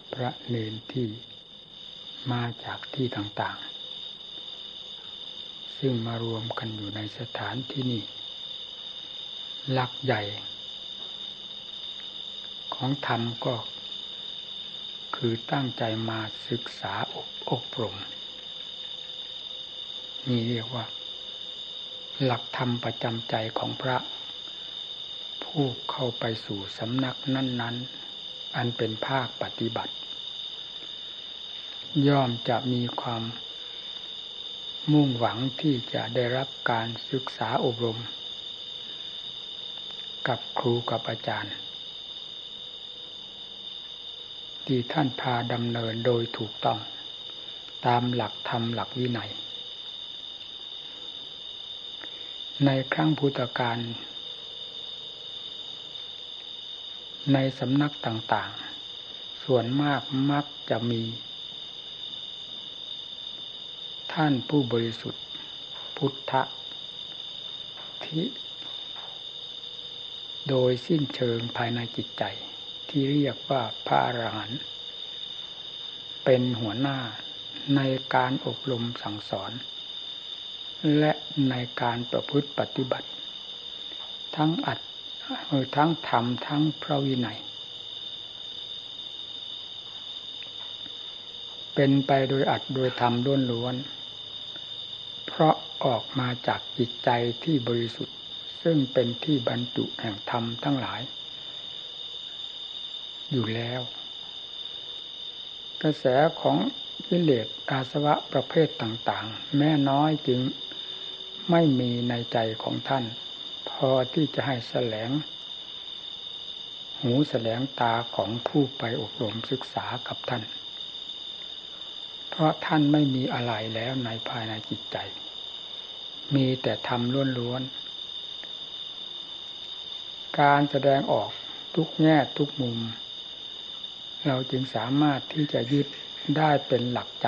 พระเนรที่มาจากที่ต่างๆซึ่งมารวมกันอยู่ในสถานที่นี้หลักใหญ่ของธรรมก็คือตั้งใจมาศึกษาอบรมนี่เรียกว่าหลักธรรมประจำใจของพระผู้เข้าไปสู่สำนักนั้นๆอันเป็นภาคปฏิบัติย่อมจะมีความมุ่งหวังที่จะได้รับการศึกษาอบรมกับครูกับอาจารย์ที่ท่านพาดำเนินโดยถูกต้องตามหลักธรรมหลักวินัยในครั้งพุทธกาลในสำนักต่างๆส่วนมากมักจะมีท่านผู้บริสุทธิ์พุทธะที่โดยสิ้นเชิงภายในจิตใจที่เรียกว่าพระอรหันต์เป็นหัวหน้าในการอบรมสั่งสอนและในการประพฤติปฏิบัติทั้งธรรมทั้งพระวินัยเป็นไปโดยอัตโดยธรรมล้วนๆเพราะออกมาจากจิตใจที่บริสุทธิ์ซึ่งเป็นที่บรรจุแห่งธรรมทั้งหลายอยู่แล้วกระแสของกิเลสอาสวะประเภทต่างๆแม้น้อยจึงไม่มีในใจของท่านพอที่จะให้แสลงหูแสลงตาของผู้ไปอบรมศึกษากับท่านเพราะท่านไม่มีอะไรแล้วในภายในจิตใจมีแต่ธรรมล้วนๆการแสดงออกทุกแง่ทุกมุมเราจึงสามารถที่จะยึดได้เป็นหลักใจ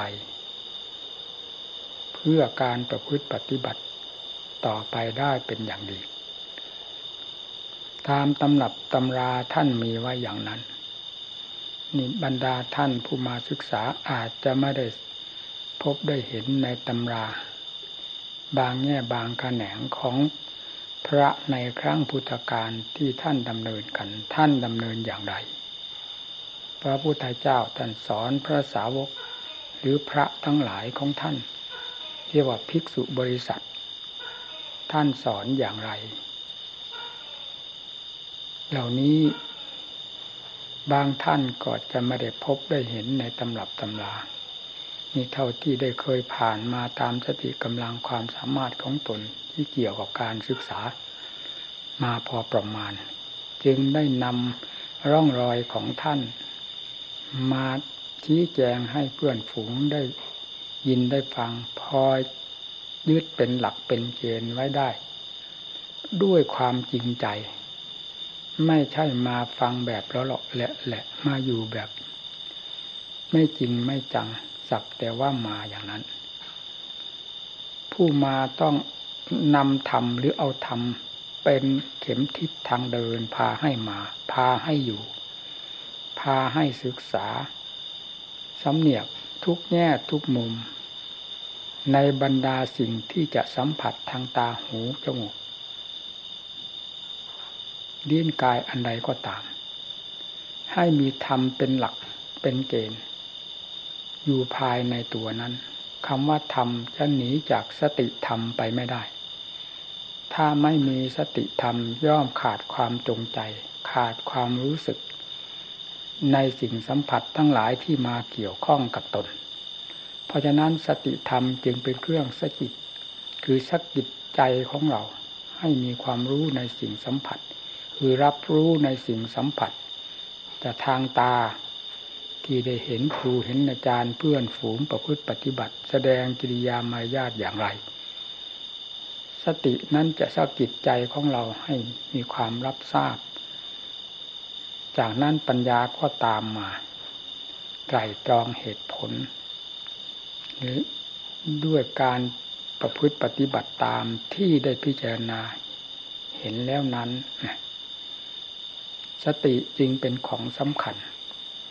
เพื่อการประพฤติปฏิบัติต่อไปได้เป็นอย่างดีตามตำรับตำราท่านมีไว้อย่างนั้นนี่บรรดาท่านผู้มาศึกษาอาจจะไม่ได้พบได้เห็นในตำราบางแง่บางแขนงของพระในครั้งพุทธกาลที่ท่านดำเนินกันท่านดำเนินอย่างไรพระพุทธเจ้าท่านสอนพระสาวกหรือพระทั้งหลายของท่านเรียกว่าภิกษุบริษัทท่านสอนอย่างไรเหล่านี้บางท่านก็จะไม่ได้พบได้เห็นในตำรับตำรานี่เท่าที่ได้เคยผ่านมาตามสติกำลังความสามารถของตนที่เกี่ยวกับการศึกษามาพอประมาณจึงได้นำร่องรอยของท่านมาชี้แจงให้เพื่อนฝูงได้ยินได้ฟังพอยึดเป็นหลักเป็นเกณฑ์ไว้ได้ด้วยความจริงใจไม่ใช่มาฟังแบบเลาะๆแหละมาอยู่แบบไม่จริงไม่จังสักแต่ว่ามาอย่างนั้นผู้มาต้องนำธรรมหรือเอาธรรมเป็นเข็มทิศทางเดินพาให้มาพาให้อยู่พาให้ศึกษาสำเนียกทุกแง่ทุกมุมในบรรดาสิ่งที่จะสัมผัสทางตาหูจมูกลิ้นกายอันใดก็ตามให้มีธรรมเป็นหลักเป็นเกณฑ์อยู่ภายในตัวนั้นคำว่าธรรมจะหนีจากสติธรรมไปไม่ได้ถ้าไม่มีสติธรรมย่อมขาดความจงใจขาดความรู้สึกในสิ่งสัมผัสทั้งหลายที่มาเกี่ยวข้องกับตนเพราะฉะนั้นสติธรรมจึงเป็นเครื่องสะกิดคือสะกิดใจของเราให้มีความรู้ในสิ่งสัมผัสคือรับรู้ในสิ่งสัมผัสแต่ทางตาที่ได้เห็นครูเห็นอาจารย์เพื่อนฝูงประพฤติปฏิบัติแสดงกิริยามารยาทอย่างไรสตินั้นจะสะกิดใจของเราให้มีความรับทราบจากนั้นปัญญาก็ตามมาไตร่ตรองเหตุผลหรือด้วยการประพฤติปฏิบัติตามที่ได้พิจารณาเห็นแล้วนั้นสติจึงเป็นของสำคัญ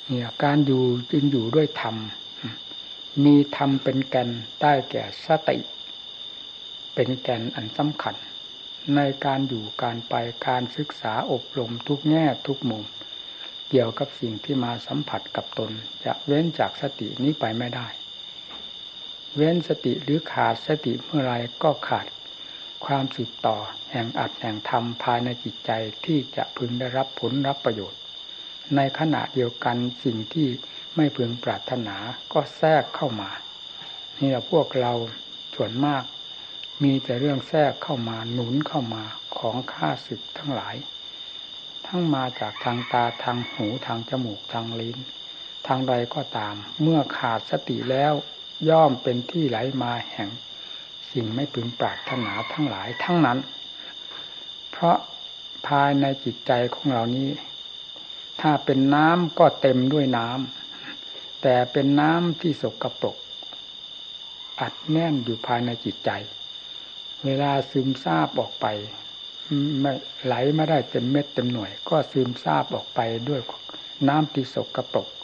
เนี่ยการอยู่จึงอยู่ด้วยธรรมมีธรรมเป็นแก่นได้แก่สติเป็นแก่นอันสำคัญในการอยู่การไปการศึกษาอบรมทุกแง่ทุกมุมเกี่ยวกับสิ่งที่มาสัมผัสกับตนจะเว้นจากสตินี้ไปไม่ได้เว้นสติหรือขาดสติเมื่อไรก็ขาดความสืบต่อแห่งอัตแห่งธรรมภายในจิตใจที่จะพึงได้รับผลรับประโยชน์ในขณะเดียวกันสิ่งที่ไม่พึงปรารถนาก็แทรกเข้ามานี่แหละพวกเราส่วนมากมีแต่เรื่องแทรกเข้ามาหนุนเข้ามาของข้าศึกทั้งหลายทั้งมาจากทางตาทางหูทางจมูกทางลิ้นทางใดก็ตามเมื่อขาดสติแล้วย่อมเป็นที่ไหลมาแห่งสิ่งไม่พึงปรารถนาทั้งหลายทั้งนั้นเพราะภายในจิตใจของเรานี้ถ้าเป็นน้ำก็เต็มด้วยน้ำแต่เป็นน้ำที่สกปรกอัดแน่นอยู่ภายในจิตใจเวลาซึมซาบออกไปไม่ไหลไม่ได้เต็มเม็ดเต็มหน่วยก็ซึมซาบออกไปด้วยน้ำที่สกปรก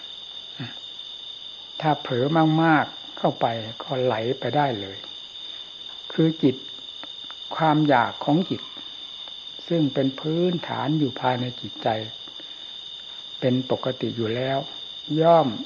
ถ้าเผลอมากๆเข้าไปก็ไหลไปได้เลยคือจิตความอยากของจิตซึ่งเป็นพื้นฐานอยู่ภายในจิตใจเป็นปกติอยู่แล้วย่อม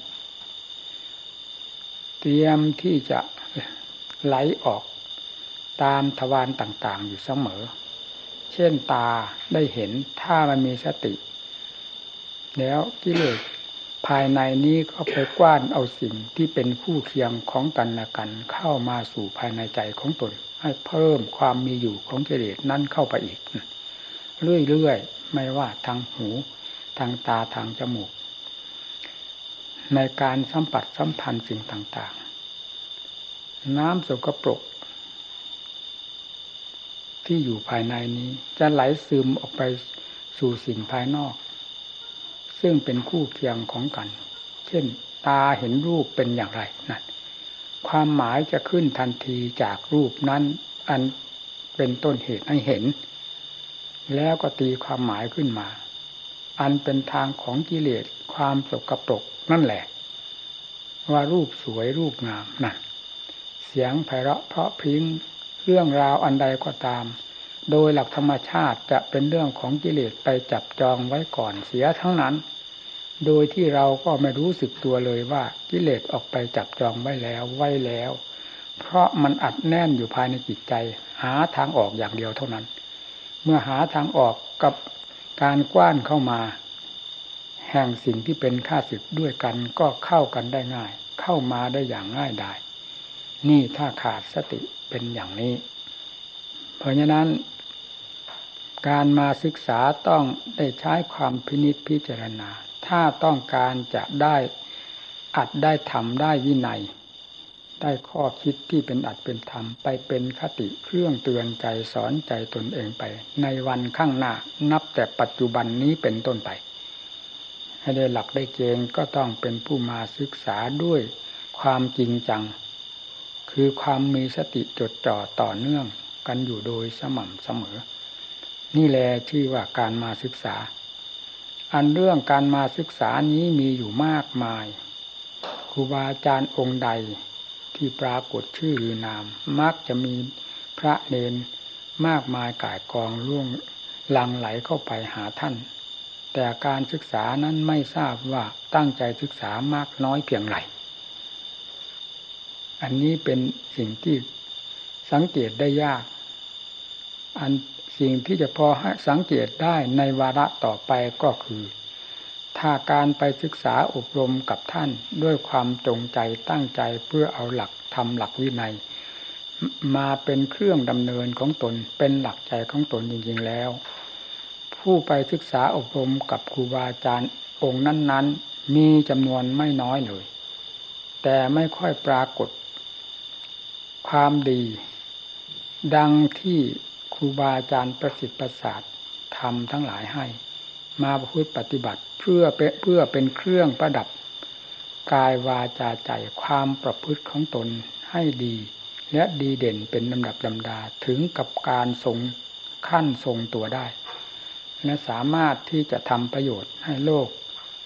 เตรียมที่จะไหลออกตามทวารต่างๆอยู่เสมอเช่นตาได้เห็นถ้ามันมีสติแล้วกิเลสภายในนี้ก็ไปกว้านเอาสิ่งที่เป็นคู่เคียงของกันและกันเข้ามาสู่ภายในใจของตนให้เพิ่มความมีอยู่ของกิเลสนั้นเข้าไปอีกเรื่อยๆไม่ว่าทางหูทางตาทางจมูกในการสัมผัสสัมพันธ์สิ่งต่างๆน้ำสกปรกที่อยู่ภายในนี้จะไหลซึมออกไปสู่สิ่งภายนอกซึ่งเป็นคู่เคียงของกันเช่นตาเห็นรูปเป็นอย่างไรนั่นความหมายจะขึ้นทันทีจากรูปนั้นอันเป็นต้นเหตุให้เห็นแล้วก็ตีความหมายขึ้นมาอันเป็นทางของกิเลสความสกปรกนั่นแหละว่ารูปสวยรูปงามนั่นเสียงไพเราะเพราะพริ้งเรื่องราวอันใดก็ตามโดยหลักธรรมชาติจะเป็นเรื่องของกิเลสไปจับจองไว้ก่อนเสียทั้งนั้นโดยที่เราก็ไม่รู้สึกตัวเลยว่ากิเลสออกไปจับจองไว้แล้วเพราะมันอัดแน่นอยู่ภายในจิตใจหาทางออกอย่างเดียวเท่านั้นเมื่อหาทางออกกับการกว้านเข้ามาแห่งสิ่งที่เป็นข้าศึกด้วยกันก็เข้ากันได้ง่ายเข้ามาได้อย่างง่ายดายนี่ถ้าขาดสติเป็นอย่างนี้เพราะฉะนั้นการมาศึกษาต้องได้ใช้ความพินิจพิจารณาถ้าต้องการจะได้อัดได้ทำได้วินัยได้ข้อคิดที่เป็นอัดเป็นธรรมไปเป็นคติเครื่องเตือนใจสอนใจตนเองไปในวันข้างหน้านับแต่ปัจจุบันนี้เป็นต้นไปให้ได้หลักได้เกณฑ์ก็ต้องเป็นผู้มาศึกษาด้วยความจริงจังคือความมีสติจดจ่อต่อเนื่องกันอยู่โดยสม่ำเสมอนี่แหละชื่อว่าการมาศึกษาอันเรื่องการมาศึกษานี้มีอยู่มากมายครูบาอาจารย์องค์ใดที่ปรากฏชื่อหรือนามมักจะมีพระเนรมากมายก่ายกองล่วงหลั่งไหลเข้าไปหาท่านแต่การศึกษานั้นไม่ทราบว่าตั้งใจศึกษามากน้อยเพียงไรอันนี้เป็นสิ่งที่สังเกตได้ยากอันสิ่งที่จะพอให้สังเกตได้ในวาระต่อไปก็คือถ้าการไปศึกษาอบรมกับท่านด้วยความจงใจตั้งใจเพื่อเอาหลักธรรมหลักวินัยมาเป็นเครื่องดำเนินของตนเป็นหลักใจของตนจริงๆแล้วผู้ไปศึกษาอบรมกับครูบาอาจารย์องค์นั้นๆมีจำนวนไม่น้อยเลยแต่ไม่ค่อยปรากฏความดีดังที่ครูบาอาจารย์ประสิทธิ์ประสาททำทั้งหลายให้มาประพฤติปฏิบัติเพื่อเป็นเครื่องประดับกายวาจาใจความประพฤติของตนให้ดีและดีเด่นเป็นลำดับลำดาถึงกับการทรงขั้นทรงตัวได้และสามารถที่จะทำประโยชน์ให้โลก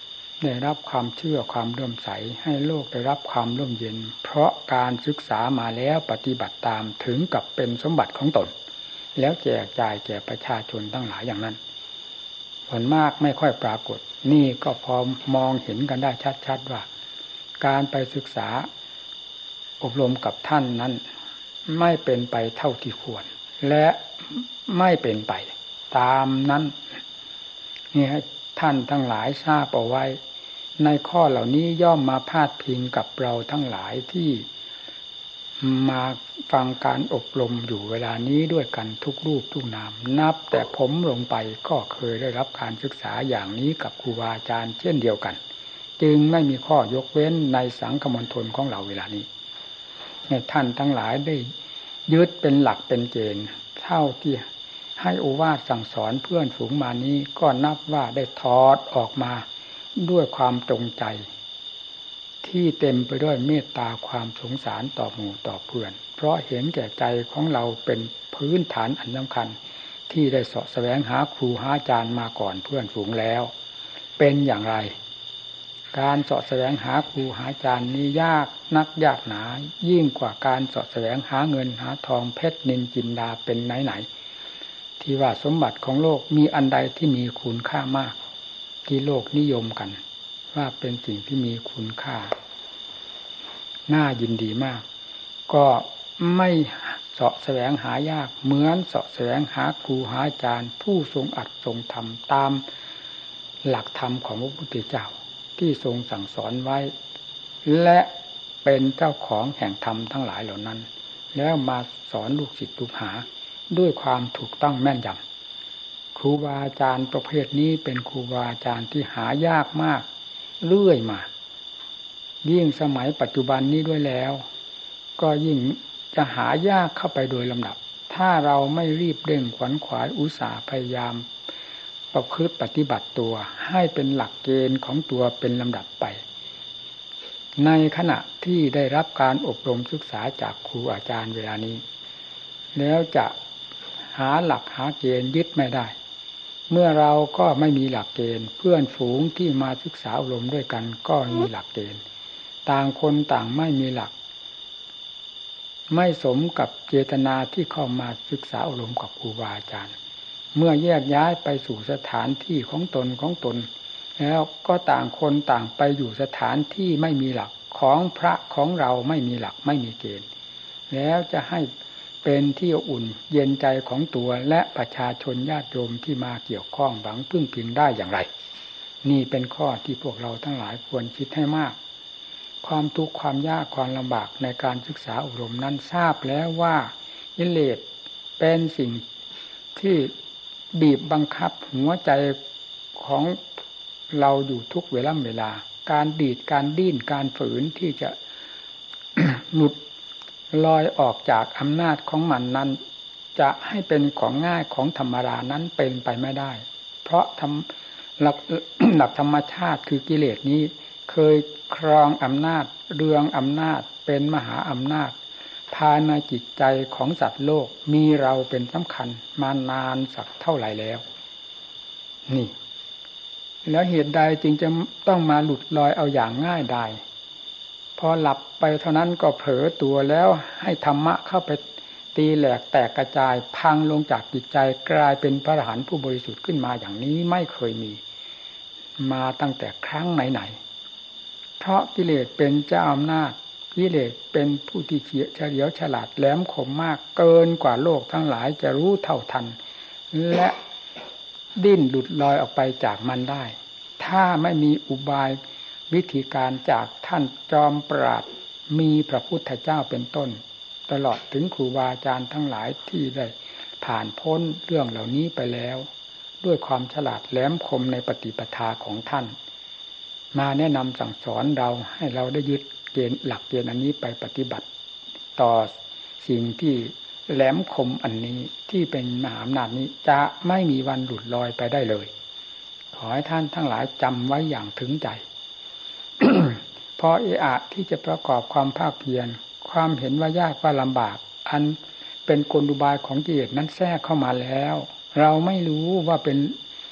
ได้รับความเชื่อความเลื่อมใสให้โลกได้รับความร่มเย็นเพราะการศึกษามาแล้วปฏิบัติตามถึงกับเป็นสมบัติของตนแล้วแจกจ่ายแก่ประชาชนทั้งหลายอย่างนั้นผลมากไม่ค่อยปรากฏนี่ก็พอมองเห็นกันได้ชัดๆว่าการไปศึกษาอบรมกับท่านนั้นไม่เป็นไปเท่าที่ควรและไม่เป็นไปตามนั้นนี่ให้ท่านทั้งหลายทราบเอาไว้ในข้อเหล่านี้ย่อมมาพาดพิงกับเราทั้งหลายที่มาฟังการอบรมอยู่เวลานี้ด้วยกันทุกรูปทุกนามนับแต่ผมลงไปก็เคยได้รับการศึกษาอย่างนี้กับครูบาอาจารย์เช่นเดียวกันจึงไม่มีข้อยกเว้นในสังฆมณฑลของเราเวลานี้ให้ท่านทั้งหลายได้ยึดเป็นหลักเป็นเกณฑ์เท่าที่ให้โอวาทสั่งสอนเพื่อนฝูงมานี้ก็นับว่าได้ถอดออกมาด้วยความจงใจที่เต็มไปด้วยเมตตาความสงสารต่อหมู่ต่อเพื่อนเพราะเห็นแก่ใจของเราเป็นพื้นฐานอันสำคัญที่ได้เสาะแสวงหาครูหาอาจารย์มาก่อนเพื่อนฝูงแล้วเป็นอย่างไรการเสาะแสวงหาครูหาอาจารย์นี้ยากนักยากหนายิ่งกว่าการเสาะแสวงหาเงินหาทองเพชรนิลจินดาเป็นไหนๆที่ว่าสมบัติของโลกมีอันใดที่มีคุณค่ามากที่โลกนิยมกันว่าเป็นสิ่งที่มีคุณค่าน่ายินดีมากก็ไม่เสาะแสวงหายากเหมือนเสาะแสวงหาครูหาอาจารย์ผู้ทรงอัดทรงธรรมตามหลักธรรมของพระพุทธเจ้าที่ทรงสั่งสอนไว้และเป็นเจ้าของแห่งธรรมทั้งหลายเหล่านั้นแล้วมาสอนลูกศิษย์ลูกหาด้วยความถูกต้องแม่นยำครูบาอาจารย์ประเภทนี้เป็นครูบาอาจารย์ที่หายากมากเรื่อยมายิ่งสมัยปัจจุบันนี้ด้วยแล้วก็ยิ่งจะหายากเข้าไปโดยลำดับถ้าเราไม่รีบเร่งขวนขวายอุตสาห์พยายามประพฤติปฏิบัติตัวให้เป็นหลักเกณฑ์ของตัวเป็นลำดับไปในขณะที่ได้รับการอบรมศึกษาจากครูอาจารย์เวลานี้แล้วจะหาหลักหาเกณฑ์ยึดไม่ได้เมื่อเราก็ไม่มีหลักเกณฑ์เพื่อนฝูงที่มาศึกษาอบรมด้วยกันก็มีหลักเกณฑ์ต่างคนต่างไม่มีหลักไม่สมกับเจตนาที่เข้ามาศึกษาอบรมกับครูบาอาจารย์เมื่อแยกย้ายไปสู่สถานที่ของตนแล้วก็ต่างคนต่างไปอยู่สถานที่ไม่มีหลักของพระของเราไม่มีหลักไม่มีเกณฑ์แล้วจะให้เป็นที่อุ่นเย็นใจของตัวและประชาชนญาติโยมที่มาเกี่ยวข้องหวังพึ่งพิงได้อย่างไรนี่เป็นข้อที่พวกเราทั้งหลายควรคิดให้มากความทุกข์ความยากความลำบากในการศึกษาอบรมนั้นทราบแล้วว่ากิเลสเป็นสิ่งที่บีบบังคับหัวใจของเราอยู่ทุกเวลาการดีดการดิ้นการฝืนที่จะ หลุดลอยออกจากอำนาจของมันนั้นจะให้เป็นของง่ายของธรรมดานั้นเป็นไปไม่ได้เพราะหลัก ธรรมชาติคือกิเลสนี้เคยครองอำนาจเรืองอำนาจเป็นมหาอำนาจภายในจิตใจของสัตว์โลกมีเราเป็นสำคัญมานานสักเท่าไหร่แล้วนี่แล้วเหตุใดจึงจะต้องมาหลุดลอยเอาอย่างง่ายดายพอหลับไปเท่านั้นก็เผลอตัวแล้วให้ธรรมะเข้าไปตีแหลกแตกกระจายพังลงจากจิตใจกลายเป็นพระอรหันต์ผู้บริสุทธิ์ขึ้นมาอย่างนี้ไม่เคยมีมาตั้งแต่ครั้งไหนเพราะกิเลสเป็นเจ้าอำนาจกิเลสเป็นผู้ที่เฉลียวฉลาดแหลมคมมากเกินกว่าโลกทั้งหลายจะรู้เท่าทันและดิ้นหลุดลอยออกไปจากมันได้ถ้าไม่มีอุบายวิธีการจากท่านจอมปราชญ์มีพระพุทธเจ้าเป็นต้นตลอดถึงครูบาอาจารย์ทั้งหลายที่ได้ผ่านพ้นเรื่องเหล่านี้ไปแล้วด้วยความฉลาดแหลมคมในปฏิปทาของท่านมาแนะนำสั่งสอนเราให้เราได้ยึดเกณฑ์หลักเกณฑ์อันนี้ไปปฏิบัติต่อสิ่งที่แหลมคมอันนี้ที่เป็นมหาอำนาจนี้จะไม่มีวันหลุดลอยไปได้เลยขอให้ท่านทั้งหลายจำไว้อย่างถึงใจ พอที่จะประกอบความภาคเพียรความเห็นว่ายากว่าลำบากอันเป็นกลอุบายของกิเลสนั้นแทรกเข้ามาแล้วเราไม่รู้ว่าเป็น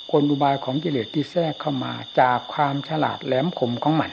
กลอุบายของกิเลสที่แทรกเข้ามาจากความฉลาดแหลมคมของมัน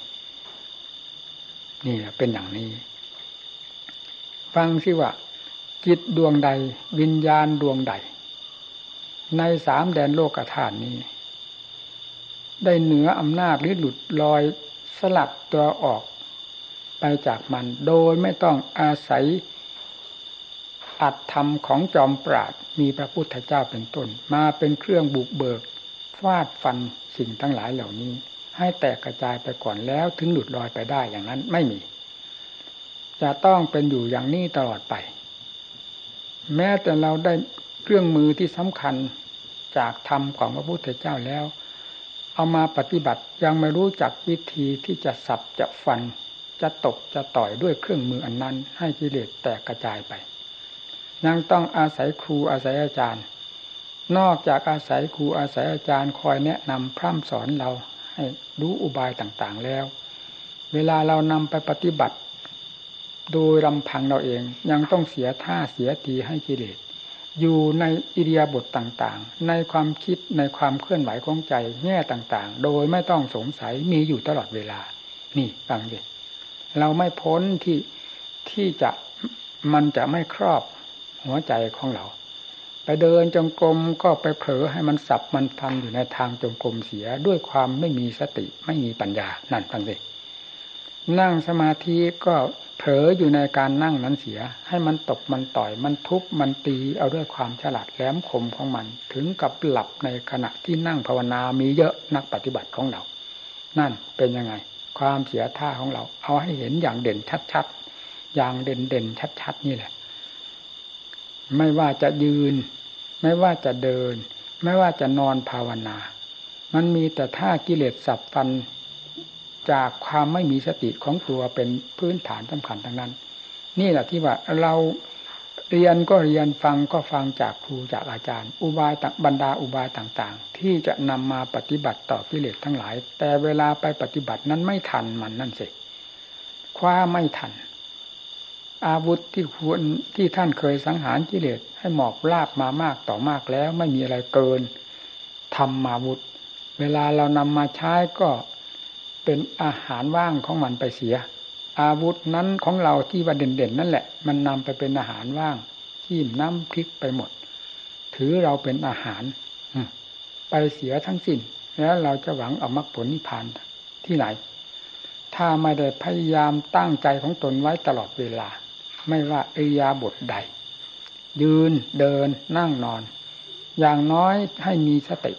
นี่เป็นอย่างนี้ฟังสิว่าจิตดวงใดวิญญาณดวงใดในสามแดนโลกธาตุนี้ได้เหนืออำนาจหรือหลุดลอยสลัดตัวออกไปจากมันโดยไม่ต้องอาศัยอัตธรรมของจอมปราชญ์มีพระพุทธเจ้าเป็นต้นมาเป็นเครื่องบุกเบิกฟาดฟันสิ่งทั้งหลายเหล่านี้ให้แตกกระจายไปก่อนแล้วถึงหลุดลอยไปได้อย่างนั้นไม่มีจะต้องเป็นอยู่อย่างนี้ตลอดไปแม้แต่เราได้เครื่องมือที่สำคัญจากธรรมของพระพุทธเจ้าแล้วเอามาปฏิบัติยังไม่รู้จักวิธีที่จะสับจะฟันจะตบจะต่อยด้วยเครื่องมืออันนั้นให้กิเลสแตกกระจายไปยังต้องอาศัยครูอาศัยอาจารย์นอกจากอาศัยครูอาศัยอาจารย์คอยแนะนำพร่ำสอนเราให้รู้อุบายต่างๆแล้วเวลาเรานำไปปฏิบัติโดยลำพังเราเองยังต้องเสียท่าเสียทีให้กิเลสอยู่ในอิริยาบถต่างๆในความคิดในความเคลื่อนไหวของใจแง่ต่างๆโดยไม่ต้องสงสัยมีอยู่ตลอดเวลานี่ฟังดิเราไม่พ้นที่จะมันจะไม่ครอบหัวใจของเราไปเดินจงกรมก็ไปเผลอให้มันสับมันฟันอยู่ในทางจงกรมเสียด้วยความไม่มีสติไม่มีปัญญานั่นฟังดินั่งสมาธิก็เผลออยู่ในการนั่งนั้นเสียให้มันตบมันต่อยมันทุบมันตีเอาด้วยความฉลาดแหลมคมของมันถึงกับหลับในขณะที่นั่งภาวนามีเยอะนักปฏิบัติของเรานั่นเป็นยังไงความเสียท่าของเราเอาให้เห็นอย่างเด่นชัดๆอย่างเด่นๆชัดๆนี่แหละไม่ว่าจะยืนไม่ว่าจะเดินไม่ว่าจะนอนภาวนามันมีแต่ท่ากิเลสสับฟันจากความไม่มีสติของตัวเป็นพื้นฐานสำคัญทั้งนั้นนี่แหละที่ว่าเราเรียนก็เรียนฟังก็ฟังจากครูจากอาจารย์อุบายบรรดาอุบายต่างๆที่จะนำมาปฏิบัติต่อกิเลสทั้งหลายแต่เวลาไปปฏิบัตินั้นไม่ทันมันนั่นสิคว้าไม่ทันอาวุธที่ควรที่ท่านเคยสังหารกิเลสให้หมอบราบมามากต่อมากแล้วไม่มีอะไรเกินธรรมาวุธเวลาเรานำมาใช้ก็เป็นอาหารว่างของมันไปเสียอาวุธนั้นของเราที่ว่าเด่นๆนั่นแหละมันนำไปเป็นอาหารว่างจิ้มน้ำพริกไปหมดถือเราเป็นอาหารไปเสียทั้งสิ้นแล้วเราจะหวังเอามรรคผลนิพพานที่ไหนถ้าไม่ได้พยายามตั้งใจของตนไว้ตลอดเวลาไม่ว่าอิริยาบถใดยืนเดินนั่งนอนอย่างน้อยให้มีสติ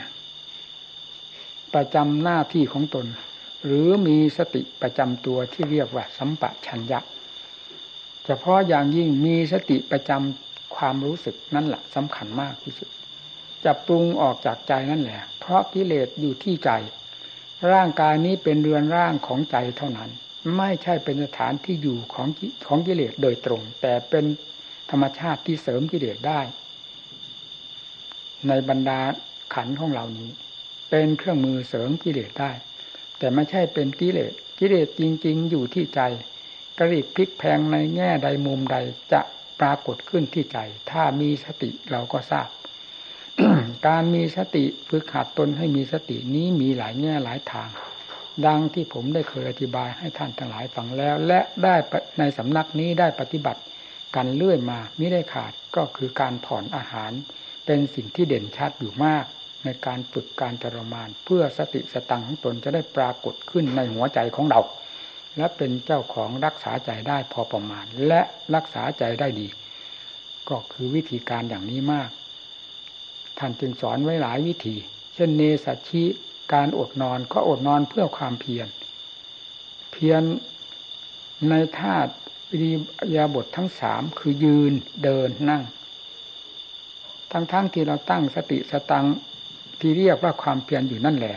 ประจำหน้าที่ของตนหรือมีสติประจำตัวที่เรียกว่าสัมปชัญญะเฉพาะอย่างยิ่งมีสติประจำความรู้สึกนั่นแหละสำคัญมากที่สุดจะปรุงออกจากใจนั่นแหละเพราะกิเลสอยู่ที่ใจร่างกายนี้เป็นเรือนร่างของใจเท่านั้นไม่ใช่เป็นสถานที่อยู่ของกิเลสโดยตรงแต่เป็นธรรมชาติที่เสริมกิเลสได้ในบรรดาขันธ์ของเรานี้เป็นเครื่องมือเสริมกิเลสได้แต่ไม่ใช่เป็นกิเลสจริงๆอยู่ที่ใจกระดิกพลิกแพลงในแง่ใดมุมใดจะปรากฏขึ้นที่ใจถ้ามีสติเราก็ทราบ การมีสติฝึกหัดตนให้มีสตินี้มีหลายแง่หลายทางดังที่ผมได้เคยอธิบายให้ท่านทั้งหลายฟังแล้วและได้ในสำนักนี้ได้ปฏิบัติกันเรื่อยมามิได้ขาดก็คือการถอนอาหารเป็นสิ่งที่เด่นชัดอยู่มากในการฝึกการทรมานเพื่อสติสตังของตนจะได้ปรากฏขึ้นในหัวใจของเราและเป็นเจ้าของรักษาใจได้พอประมาณและรักษาใจได้ดีก็คือวิธีการอย่างนี้มากท่านจึงสอนไว้หลายวิธีเช่นเนสัชชิการอดนอนก็อดนอนเพื่อความเพียรในท่าอิริยาบถทั้งสามคือยืนเดินนั่งทั้งที่เราตั้งสติสตังที่เรียกว่าความเพียรอยู่นั่นแหละ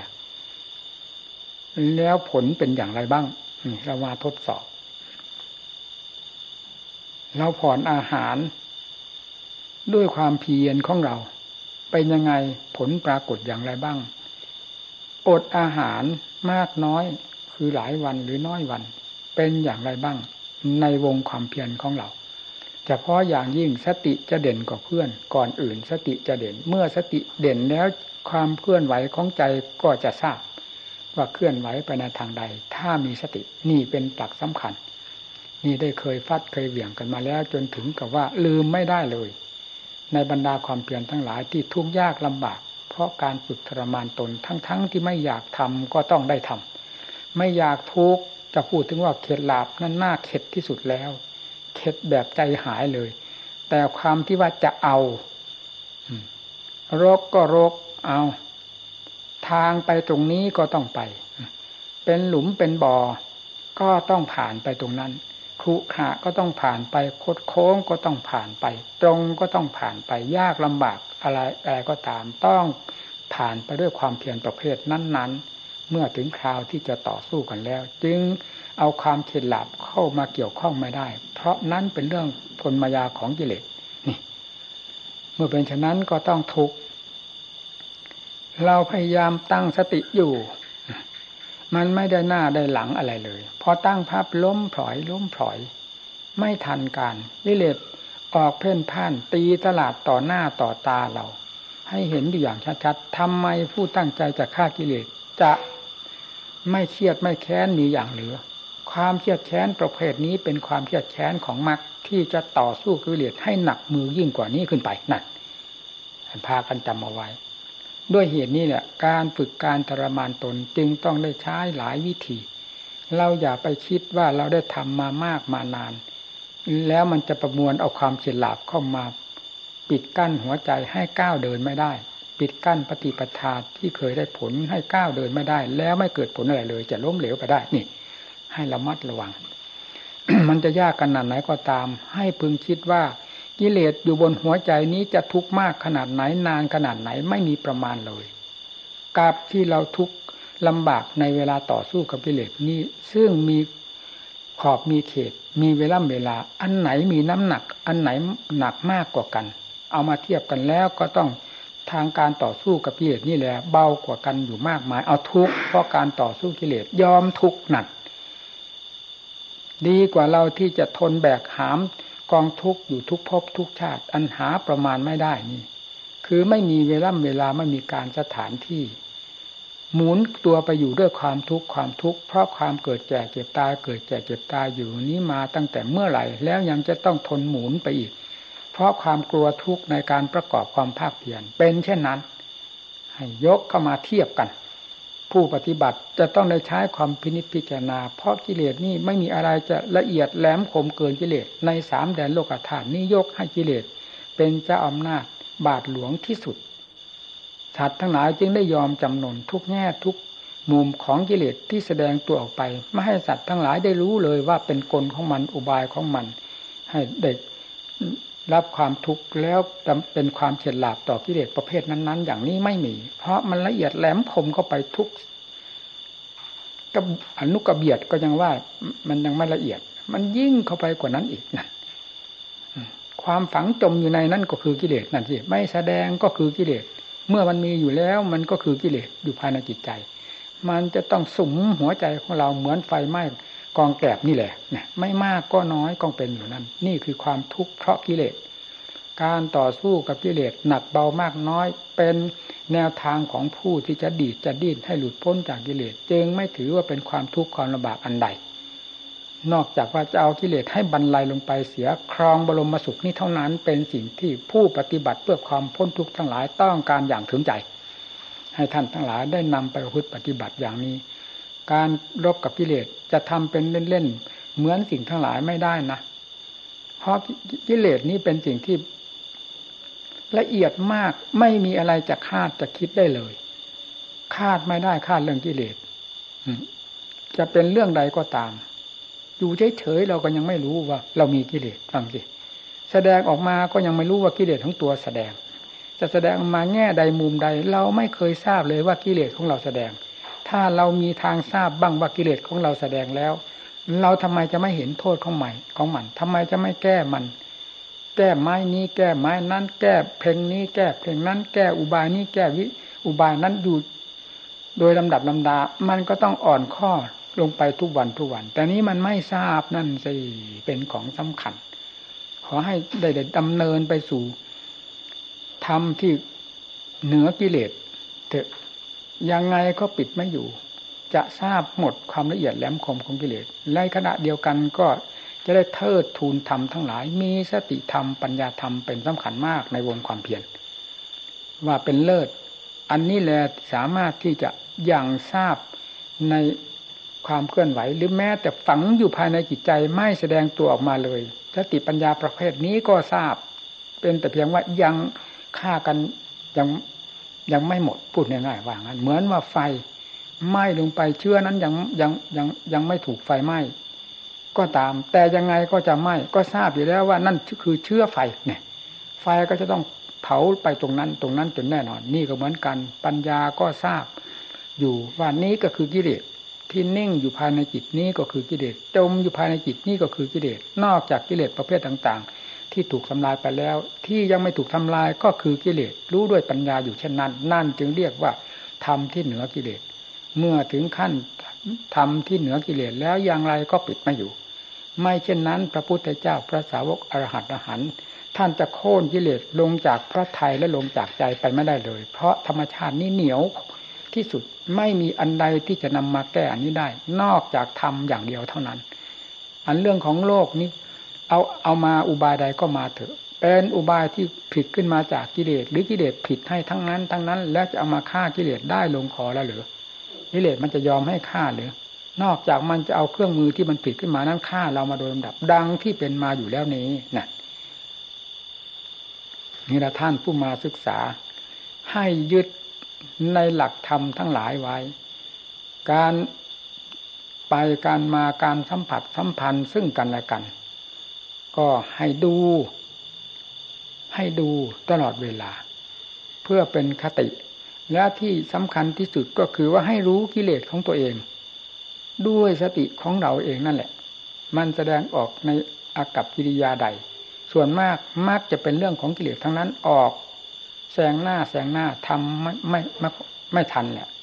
แล้วผลเป็นอย่างไรบ้างเรามาทดสอบเราผ่อนอาหารด้วยความเพียรของเราเป็นยังไงผลปรากฏอย่างไรบ้างอดอาหารมากน้อยคือหลายวันหรือน้อยวันเป็นอย่างไรบ้างในวงความเพียรของเราเฉพาะอย่างยิ่งสติจะเด่นกว่าเพื่อนก่อนอื่นสติจะเด่นเมื่อสติเด่นแล้วความเคลื่อนไหวของใจก็จะทราบว่าเคลื่อนไหวไปในทางใดถ้ามีสตินี่เป็นหลักสำคัญนี่ได้เคยฟัดเคยเหวี่ยงกันมาแล้วจนถึงกับว่าลืมไม่ได้เลยในบรรดาความเพียรทั้งหลายที่ทุกข์ยากลำบากเพราะการฝึกทรมานตนทั้งที่ไม่อยากทำก็ต้องได้ทำไม่อยากทุกข์จะพูดถึงว่าเข็ดหลาบนั่นน่าเข็ดที่สุดแล้วเข็ดแบบใจหายเลยแต่ความที่ว่าจะเอารกก็รกเอาทางไปตรงนี้ก็ต้องไปเป็นหลุมเป็นบ่อก็ต้องผ่านไปตรงนั้นขรุขระก็ต้องผ่านไปคดโค้งก็ต้องผ่านไปตรงก็ต้องผ่านไปยากลำบากอะไรก็ตามต้องผ่านไปด้วยความเพียรประเภทนั้นๆเมื่อถึงคราวที่จะต่อสู้กันแล้วจึงเอาความเข็ดหลาบเข้ามาเกี่ยวข้องไม่ได้เพราะนั้นเป็นเรื่องกลมายาของกิเลสนี่เมื่อเป็นฉะนั้นก็ต้องทุกข์เราพยายามตั้งสติอยู่มันไม่ได้หน้าได้หลังอะไรเลยพอตั้งภาพล้มพลอยไม่ทันการกิเลสออกเพ่นพ่านตีตลาดต่อหน้าต่อตาเราให้เห็นอยู่อย่างชัดๆทำไมผู้ตั้งใจจะฆ่ากิเลสจะไม่เครียดไม่แค้นมีอย่างเหลือความเครียดแค้นประเภทนี้เป็นความเครียดแค้นของมรรคที่จะต่อสู้กิเลสให้หนักมือยิ่งกว่านี้ขึ้นไปนั่นพากันจำเอาไว้ด้วยเหตุนี้แหละการฝึกการทรมานตนจึงต้องได้ใช้หลายวิธีเราอย่าไปคิดว่าเราได้ทำมามากมานานแล้วมันจะประมวลเอาความเฉลียวเข้ามาปิดกั้นหัวใจให้ก้าวเดินไม่ได้ปิดกั้นปฏิปทาที่เคยได้ผลให้ก้าวเดินไม่ได้แล้วไม่เกิดผลอะไรเลยจะล้มเหลวไปได้นี่ให้ระมัดระวัง มันจะยากขนาดไหนก็ตามให้พึงคิดว่ากิเลสอยู่บนหัวใจนี้จะทุกข์มากขนาดไหนนานขนาดไหนไม่มีประมาณเลยกับที่เราทุกข์ลำบากในเวลาต่อสู้กับกิเลสนี้ซึ่งมีขอบมีเขตมีเวลาอันไหนมีน้ำหนักอันไหนหนักมากกว่ากันเอามาเทียบกันแล้วก็ต้องทางการต่อสู้กับกิเลสนี่แหละเบากว่ากันอยู่มากมายเอาทุกข์เพราะการต่อสู้กิเลสยอมทุกข์หนักดีกว่าเราที่จะทนแบกหามกองทุกข์อยู่ทุกภพทุกชาติอันหาประมาณไม่ได้นี่คือไม่มีเวลาไม่มีการสถานที่หมุนตัวไปอยู่ด้วยความทุกข์เพราะความเกิดแก่เจ็บตายเกิดแก่เจ็บตายอยู่นี้มาตั้งแต่เมื่อไหร่แล้วยังจะต้องทนหมุนไปอีกเพราะความกลัวทุกข์ในการประกอบความภาคเพียรเป็นเช่นนั้นให้ยกเข้ามาเทียบกันผู้ปฏิบัติจะต้องได้ใช้ความพินิจพิจารณาเพราะกิเลสนี่ไม่มีอะไรจะละเอียดแหลมคมเกินกิเลสในสามแดนโลกธาตุนี้ยกให้กิเลสเป็นเจ้าอำนาจบาทหลวงที่สุดสัตว์ทั้งหลายจึงได้ยอมจำนนทุกแง่ทุกมุมของกิเลสที่แสดงตัวออกไปไม่ให้สัตว์ทั้งหลายได้รู้เลยว่าเป็นกลของมันอุบายของมันให้เด็กรับความทุกข์แล้วเป็นความเฉลียวต่อกิเลสประเภทนั้นๆอย่างนี้ไม่มีเพราะมันละเอียดแหลมคมเข้าไปทุกกับอนุกระเบียดก็ยังว่ามันยังไม่ละเอียดมันยิ่งเข้าไปกว่านั้นอีกนั่นความฝังจมอยู่ในนั้นก็คือกิเลสนั่นสิไม่แสดงก็คือกิเลสเมื่อมันมีอยู่แล้วมันก็คือกิเลสอยู่ภายในจิตใจมันจะต้องสุมหัวใจของเราเหมือนไฟไหม้กองแกลบนี่แหละเนี่ยไม่มากก็น้อยก็เป็นอยู่นั้นนี่คือความทุกข์เพราะกิเลสการต่อสู้กับกิเลสหนักเบามากน้อยเป็นแนวทางของผู้ที่จะดีดจะดิ้นให้หลุดพ้นจากกิเลสจึงไม่ถือว่าเป็นความทุกข์ความลำบากอันใดนอกจากว่าจะเอากิเลสให้บรรลัยลงไปเสียครองบรมสุขนี้เท่านั้นเป็นสิ่งที่ผู้ปฏิบัติเพื่อความพ้นทุกข์ทั้งหลายต้องการอย่างถึงใจให้ท่านทั้งหลายได้นำไปประพฤติปฏิบัติอย่างนี้การรบกับกิเลสจะทำเป็นเล่นๆเหมือนสิ่งทั้งหลายไม่ได้นะเพราะกิเลสนี้เป็นสิ่งที่ละเอียดมากไม่มีอะไรจะคาดจะคิดได้เลยคาดไม่ได้คาดเรื่องกิเลสจะเป็นเรื่องใดก็ตามอยู่เฉยๆเราก็ยังไม่รู้ว่าเรามีกิเลสฟังสิแสดงออกมาก็ยังไม่รู้ว่ากิเลสของตัวแสดงจะแสดงมาแง่ใดมุมใดเราไม่เคยทราบเลยว่ากิเลสของเราแสดงถ้าเรามีทางทราบบ้างว่ากิเลสของเราแสดงแล้วเราทำไมจะไม่เห็นโทษของมันทำไมจะไม่แก้มันแก้ไม้นี้แก้ไม้นั้นแก้เพลงนี้แก้เพลงนั้นแก้อุบายนี้แก้อุบายนั้นอยู่โดยลำดับลำดามันก็ต้องอ่อนข้อลงไปทุกวันแต่นี้มันไม่ทราบนั่นสิเป็นของสำคัญขอให้ได้ดำเนินไปสู่ธรรมที่เหนือกิเลสเถอะยังไงก็ปิดไม่อยู่จะทราบหมดความละเอียดแหลมคมของกิเลสในขณะเดียวกันก็จะได้เทิดทูนธรรมทั้งหลายมีสติธรรมปัญญาธรรมเป็นสำคัญมากในวงความเพียรว่าเป็นเลิศอันนี้แหละสามารถที่จะยังทราบในความเคลื่อนไหวหรือแม้แต่ฝังอยู่ภายในจิตใจไม่แสดงตัวออกมาเลยสติปัญญาประเภทนี้ก็ทราบเป็นแต่เพียงว่ายังฆ่ากันยังไม่หมดพูดง่ายๆว่างั้นเหมือนว่าไฟไหม้ลงไปเชื้อนั้นยังไม่ถูกไฟไหม้ก็ตามแต่ยังไงก็จะไหม้ก็ทราบอยู่แล้วว่านั่นคือเชื้อไฟเนี่ยไฟก็จะต้องเผาไปตรงนั้นจนแน่นอนนี่ก็เหมือนกันปัญญาก็ทราบอยู่ว่านี้ก็คือกิเลสที่นิ่งอยู่ภายในจิตนี้ก็คือกิเลสจมอยู่ภายในจิตนี้ก็คือกิเลสนอกจากกิเลสประเภทต่างๆที่ถูกทำลายไปแล้วที่ยังไม่ถูกทำลายก็คือกิเลสรู้ด้วยปัญญาอยู่เช่นนั้นนั่นจึงเรียกว่าธรรมที่เหนือกิเลสเมื่อถึงขั้นธรรมที่เหนือกิเลสแล้วอย่างไรก็ปิดไม่อยู่ไม่เช่นนั้นพระพุทธเจ้าพระสาวกอรหันต์อรหันต์ท่านจะโค่นกิเลสลงจากพระทัยและลงจากใจไปไม่ได้เลยเพราะธรรมชาตินี้เหนียวที่สุดไม่มีอันใดที่จะนำมาแก้อันนี้ได้นอกจากธรรมอย่างเดียวเท่านั้นอันเรื่องของโลกนี้เอามาอุบายใดก็มาเถอะเป็นอุบายที่ผิดขึ้นมาจากกิเลสหรือกิเลสผิดให้ทั้งนั้นแล้วจะเอามาฆ่ากิเลสได้ลงคอแล้วหรือกิเลสมันจะยอมให้ฆ่าหรือนอกจากมันจะเอาเครื่องมือที่มันผิดขึ้นมานั้นฆ่าเรามาโดยลำดับดังที่เป็นมาอยู่แล้วนี้นะนี่ละท่านผู้มาศึกษาให้ยึดในหลักธรรมทั้งหลายไว้การไปการมาการสัมผัสสัมพันธ์ซึ่งกันและกันก็ให้ดูตลอดเวลาเพื่อเป็นคติและที่สำคัญที่สุดก็คือว่าให้รู้กิเลสของตัวเองด้วยสติของเราเองนั่นแหละมันแสดงออกในอากัปกิริยาใดส่วนมากมักจะเป็นเรื่องของกิเลสทั้งนั้นออกแซงหน้าทำไม่ทันแหละ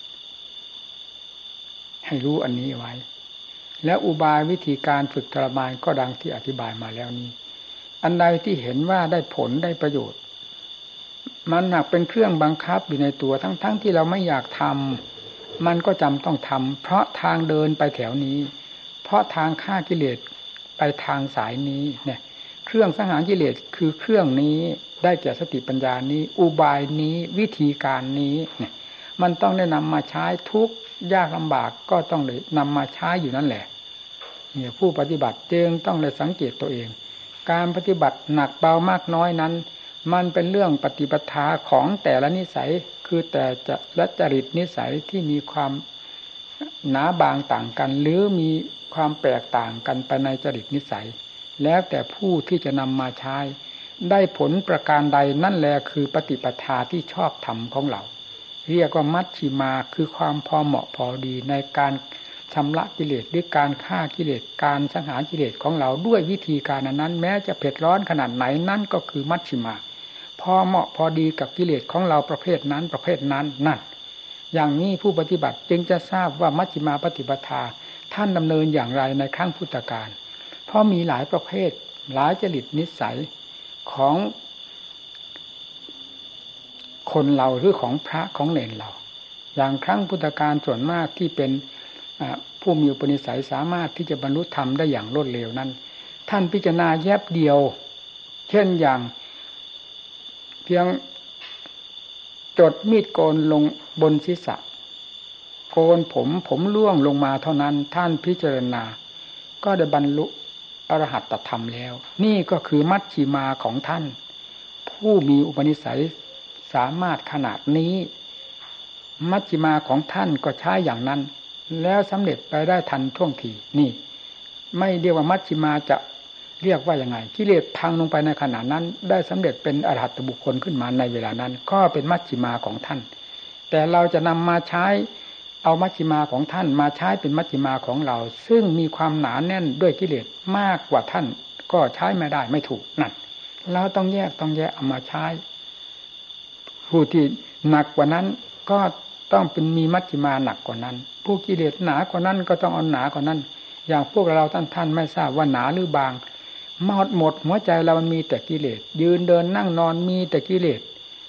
ให้รู้อันนี้ไว้แล้วอุบายวิธีการฝึกทรมานก็ดังที่อธิบายมาแล้วนี้อันใดที่เห็นว่าได้ผลได้ประโยชน์มันหนักเป็นเครื่องบังคับอยู่ในตัวทั้งที่เราไม่อยากทำมันก็จำต้องทำเพราะทางเดินไปแถวนี้เพราะทางฆ่ากิเลสไปทางสายนี้เนี่ยเครื่องสังหารกิเลสคือเครื่องนี้ได้แก่สติปัญญานี้อุบายนี้วิธีการนี้เนี่ยมันต้องได้นำมาใช้ทุกยากลำบากก็ต้องได้นำมาใช้อยู่นั่นแหละเนี่ยผู้ปฏิบัติจึงต้องได้สังเกตตัวเองการปฏิบัติหนักเบามากน้อยนั้นมันเป็นเรื่องปฏิปทาของแต่ละนิสัยคือแต่ละจริตนิสัยที่มีความหนาบางต่างกันหรือมีความแตกต่างกันไปในจริตนิสัยแล้วแต่ผู้ที่จะนำมาใช้ได้ผลประการใดนั่นแหละคือปฏิปทาที่ชอบธรรมของเราเรียกว่ามัชฌิมาคือความพอเหมาะพอดีในการชำระกิเลสหรือการฆ่ากิเลสการสังหารกิเลสของเราด้วยวิธีการนั้นแม้จะเผ็ดร้อนขนาดไหนนั่นก็คือมัชฌิมาพอเหมาะพอดีกับกิเลสของเราประเภทนั้นนั่นอย่างนี้ผู้ปฏิบัติจึงจะทราบว่ามัชฌิมาปฏิปทาท่านดำเนินอย่างไรในครั้งพุทธกาลเพราะมีหลายประเภทหลายจริตนิสัยของคนเราหรือของพระของเณรเราอย่างครั้งพุทธกาลส่วนมากที่เป็นผู้มีอุปนิสัยสามารถที่จะบรรลุธรรมได้อย่างรวดเร็วนั้นท่านพิจารณาแยบเดียวเช่นอย่างเพียงจดมีดโกนลงบนศีรษะโกนผมร่วงลงมาเท่านั้นท่านพิจารณาก็ได้บรรลุอรหัตตธรรมแล้วนี่ก็คือมัชฌิมาของท่านผู้มีอุปนิสัยสามารถขนาดนี้มัชฌิมาของท่านก็ใช้อย่างนั้นแล้วสำเร็จไปได้ทันท่วงทีนี่ไม่เรียกว่ามัชฌิมาจะเรียกว่ายังไงกิเลสพังลงไปในขณะนั้นได้สำเร็จเป็นอรหัตบุคคลขึ้นมาในเวลานั้นก็เป็นมัชฌิมาของท่านแต่เราจะนำมาใช้เอามัชฌิมาของท่านมาใช้เป็นมัชฌิมาของเราซึ่งมีความหนาแน่นด้วยกิเลสมากกว่าท่านก็ใช้ไม่ได้ไม่ถูกนั่นเราต้องแยกเอามาใช้ผู้ที่หนักกว่านั้นก็ต้องเป็นมีมัชฌิมาหนักกว่านั้นผู้กิเลสหนากว่านั้นก็ต้องเอาหนากว่านั้นอย่างพวกเราท่านไม่ทราบว่าหนาหรือบางหมดหัวใจเรามันมีแต่กิเลสยืนเดินนั่งนอนมีแต่กิเลส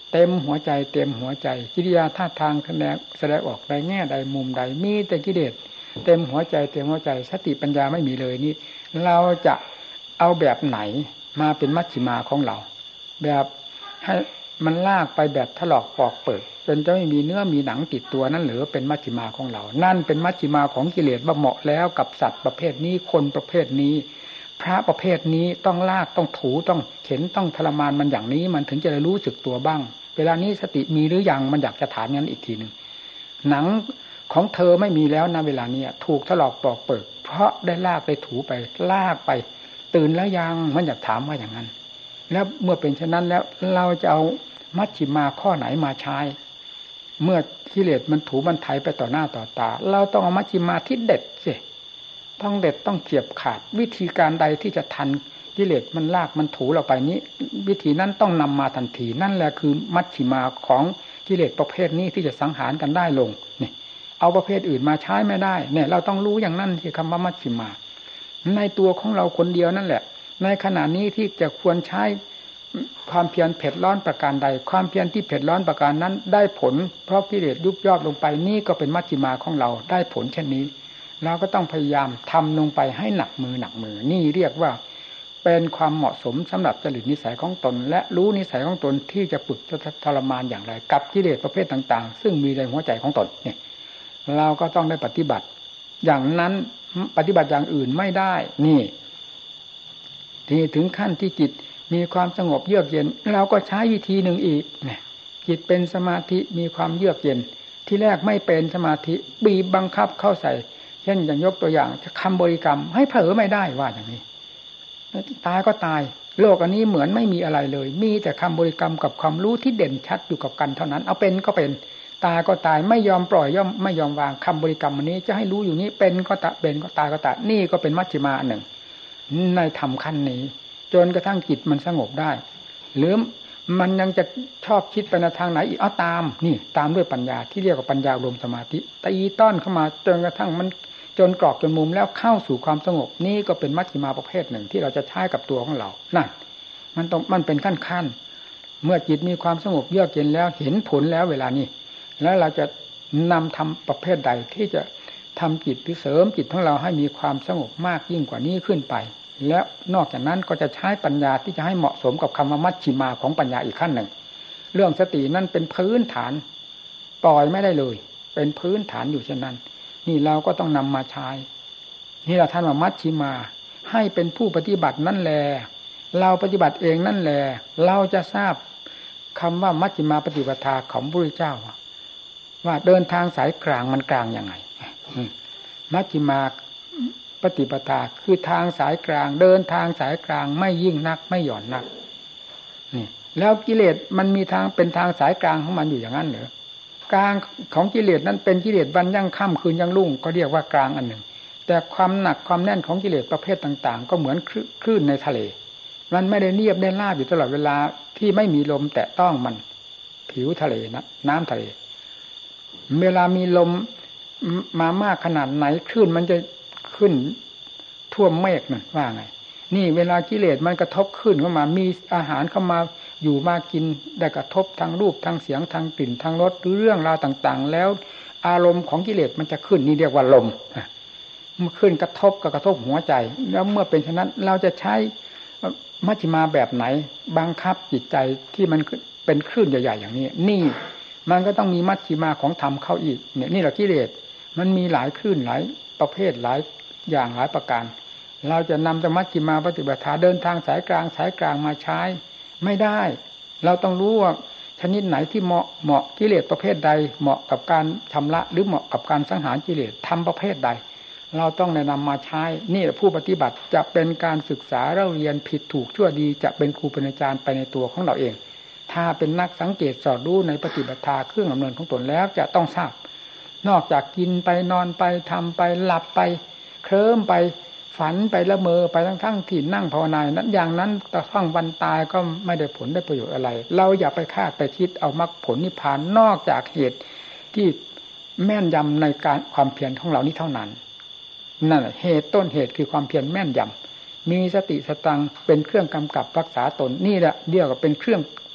เต็มหัวใจเต็มหัวใจกิริยาท่าทางแสดงออกในแง่ใดมุมใดมีแต่กิเลสเต็มหัวใจเต็มหัวใจสติปัญญาไม่มีเลยนี่เราจะเอาแบบไหนมาเป็นมัชฌิมาของเราแบบให้มันลากไปแบบถลอกปอกเปิดจนจะไม่มีเนื้อมีหนังติดตัวนั่นหรือเป็นมัชฌิมาของเรานั่นเป็นมัชฌิมาของกิเลสว่าเหมาะแล้วกับสัตว์ประเภทนี้คนประเภทนี้พระประเภทนี้ต้องลากต้องถูต้องเข็นต้องทรมานมันอย่างนี้มันถึงจะได้รู้สึกตัวบ้างเวลานี้สติมีหรือยังมันอยากจะถามงั้นอีกทีหนึ่งหนังของเธอไม่มีแล้วนะเวลานี้ถูกถลอกปอกเปิดเพราะได้ลากไปถูไปลากไปตื่นแล้วยังมันอยากถามว่าอย่างนั้นแล้วเมื่อเป็นเช่นนั้นแล้วเราจะเอามัชฌิมาข้อไหนมาใช้เมื่อกิเลสมันถูมันไถไปต่อหน้าต่อตาเราต้องเอามัชฌิมาที่เด็ดสิต้องเด็ดต้องเฉียบขาดวิธีการใดที่จะทันกิเลสมันลากมันถูเราไปนี้วิธีนั้นต้องนำมาทันทีนั่นแหละคือมัชฌิมาของกิเลสประเภทนี้ที่จะสังหารกันได้ลงนี่เอาประเภทอื่นมาใช้ไม่ได้เนี่ยเราต้องรู้อย่างนั้นที่คำว่ามัชฌิมาในตัวของเราคนเดียวนั่นแหละในขณะนี้ที่จะควรใช้ความเพียรเผ็ดร้อนประการใดความเพียรที่เผ็ดร้อนประการนั้นได้ผลเพราะกิเลสยุบย่อลงไปนี่ก็เป็นมัชฌิมาของเราได้ผลเช่นนี้เราก็ต้องพยายามทำลงไปให้หนักมือนี่เรียกว่าเป็นความเหมาะสมสำหรับจริตนิสัยของตนและรู้นิสัยของตนที่จะฝึกจะทรมานอย่างไรกับกิเลสประเภทต่างๆซึ่งมีในหัวใจของตนเนี่ยเราก็ต้องได้ปฏิบัติอย่างนั้นปฏิบัติอย่างอื่นไม่ได้นี่ที่ถึงขั้นที่จิตมีความสงบเยือกเย็นเราก็ใช้วิธีหนึ่งอีกเนี่ยจิตเป็นสมาธิมีความเยือกเย็นที่แรกไม่เป็นสมาธิบีบบังคับเข้าใส่เช่นอย่างยกตัวอย่างคำบริกรรมให้เผลอไม่ได้ว่าอย่างนี้ตายก็ตายโลกอันนี้เหมือนไม่มีอะไรเลยมีแต่คำบริกรรมกับความรู้ที่เด่นชัดอยู่กับกันเท่านั้นเอาเป็นก็เป็นตายก็ตายไม่ยอมปล่อยย่อมไม่ยอมวางคำบริกรรมอันนี้จะให้รู้อยู่นี้เป็นก็ตะเป็นก็ตายก็ตายนี่ก็เป็นมัชฌิมาหนึ่งในธรรมขั้นนี้จนกระทั่งจิตมันสงบได้หรือมันยังจะชอบคิดไปในทางไหนอีกเอาตามนี่ตามด้วยปัญญาที่เรียกว่าปัญญารวมสมาธิตีต้อนเข้ามาจนกระทั่งมันจนกรอกจนมุมแล้วเข้าสู่ความสงบนี่ก็เป็นมัชฌิมาประเภทหนึ่งที่เราจะใช้กับตัวของเรานั่นมันเป็นขั้นเมื่อจิตมีความสงบเยือกเย็นแล้วเห็นผลแล้วเวลานี้แล้วเราจะนำทำประเภทใดที่จะทำจิตหรือเสริมจิตของเราให้มีความสงบมากยิ่งกว่านี้ขึ้นไปแล้วนอกจากนั้นก็จะใช้ปัญญาที่จะให้เหมาะสมกับคำว่ามัชฌิมาของปัญญาอีกขั้นหนึ่งเรื่องสตินั่นเป็นพื้นฐานปล่อยไม่ได้เลยเป็นพื้นฐานอยู่เช่นนั้นนี่เราก็ต้องนำมาใช้นี่เราท่านว่ามัชฌิมาให้เป็นผู้ปฏิบัตินั่นแหละเราปฏิบัติเองนั่นแหละเราจะทราบคำว่ามัชฌิมาปฏิปทาของพระพุทธเจ้าว่าเดินทางสายกลางมันกลางยังไงมัชฌิมาปฏิปทาคือทางสายกลางเดินทางสายกลางไม่ยิ่งนักไม่หย่อนนักนี่แล้วกิเลสมันมีทางเป็นทางสายกลางของมันอยู่อย่างนั้นเหรอกลางของกิเลสนั้นเป็นกิเลสวันยั่งค่ำคืนยั่งรุ่งก็เรียกว่ากลางอันหนึ่งแต่ความหนักความแน่นของกิเลสประเภทต่างๆก็เหมือนคลื่นในทะเลมันไม่ได้เนียบได้ราบอยู่ตลอดเวลาที่ไม่มีลมแตะต้องมันผิวทะเลนะน้ำทะเลเวลามีลมมามากขนาดไหนคลื่นมันจะขึ้นท่วมเมฆนั่นว่าไงนี่เวลากิเลสมันกระทบขึ้นเข้ามามีอาหารเข้ามาอยู่มากินได้กระทบทางรูปทางเสียงทางกลิ่นทางรสหรือเรื่องราวต่างๆแล้วอารมณ์ของกิเลสมันจะขึ้นนี่เรียกว่าลมเมื่อขึ้นกระทบกับกระทบหัวใจแล้วเมื่อเป็นฉะนั้นเราจะใช้มัชฌิมาแบบไหนบังคับจิตใจที่มันเป็นคลื่นใหญ่ๆอย่างนี้นี่มันก็ต้องมีมัชฌิมาของธรรมเข้าอีกเนี่ยนี่แหละกิเลสมันมีหลายคลื่นหลายประเภทหลายอย่างหลายประการเราจะนำมัชฌิมาปฏิปทาเดินทางสายกลางมาใช้ไม่ได้เราต้องรู้ว่าชนิดไหนที่เหมาะกิเลสประเภทใดเหมาะกับการชำระหรือเหมาะกับการสังหารกิเลสทำประเภทใดเราต้องแนะนำมาใช้นี่แหละผู้ปฏิบัติจะเป็นการศึกษาเราเรียนผิดถูกชั่วดีจะเป็นครูเป็นอาจารย์ไปในตัวของเราเองถ้าเป็นนักสังเกตสอดรู้ในปฏิบัติเครื่องดำเนินของตนแล้วจะต้องทราบนอกจากกินไปนอนไปทำไปหลับไปเคลิ้มไปฝันไปละเมอไปทั้งที่นั่งภาวนานั้นอย่างนั้นแต่ทั้งวันตายก็ไม่ได้ผลได้ประโยชน์อะไรเราอย่าไปคาดไปคิดเอามรรคผลนิพพานนอกจากเหตุที่แม่นยำในการความเพียรของเรานี้เท่านั้นนั่นแหละเหตุต้นเหตุคือความเพียรแม่นยำมีสติสตังเป็นเครื่องกำกับรักษาตนนี่แหละเรียกว่าเป็นเครื่อง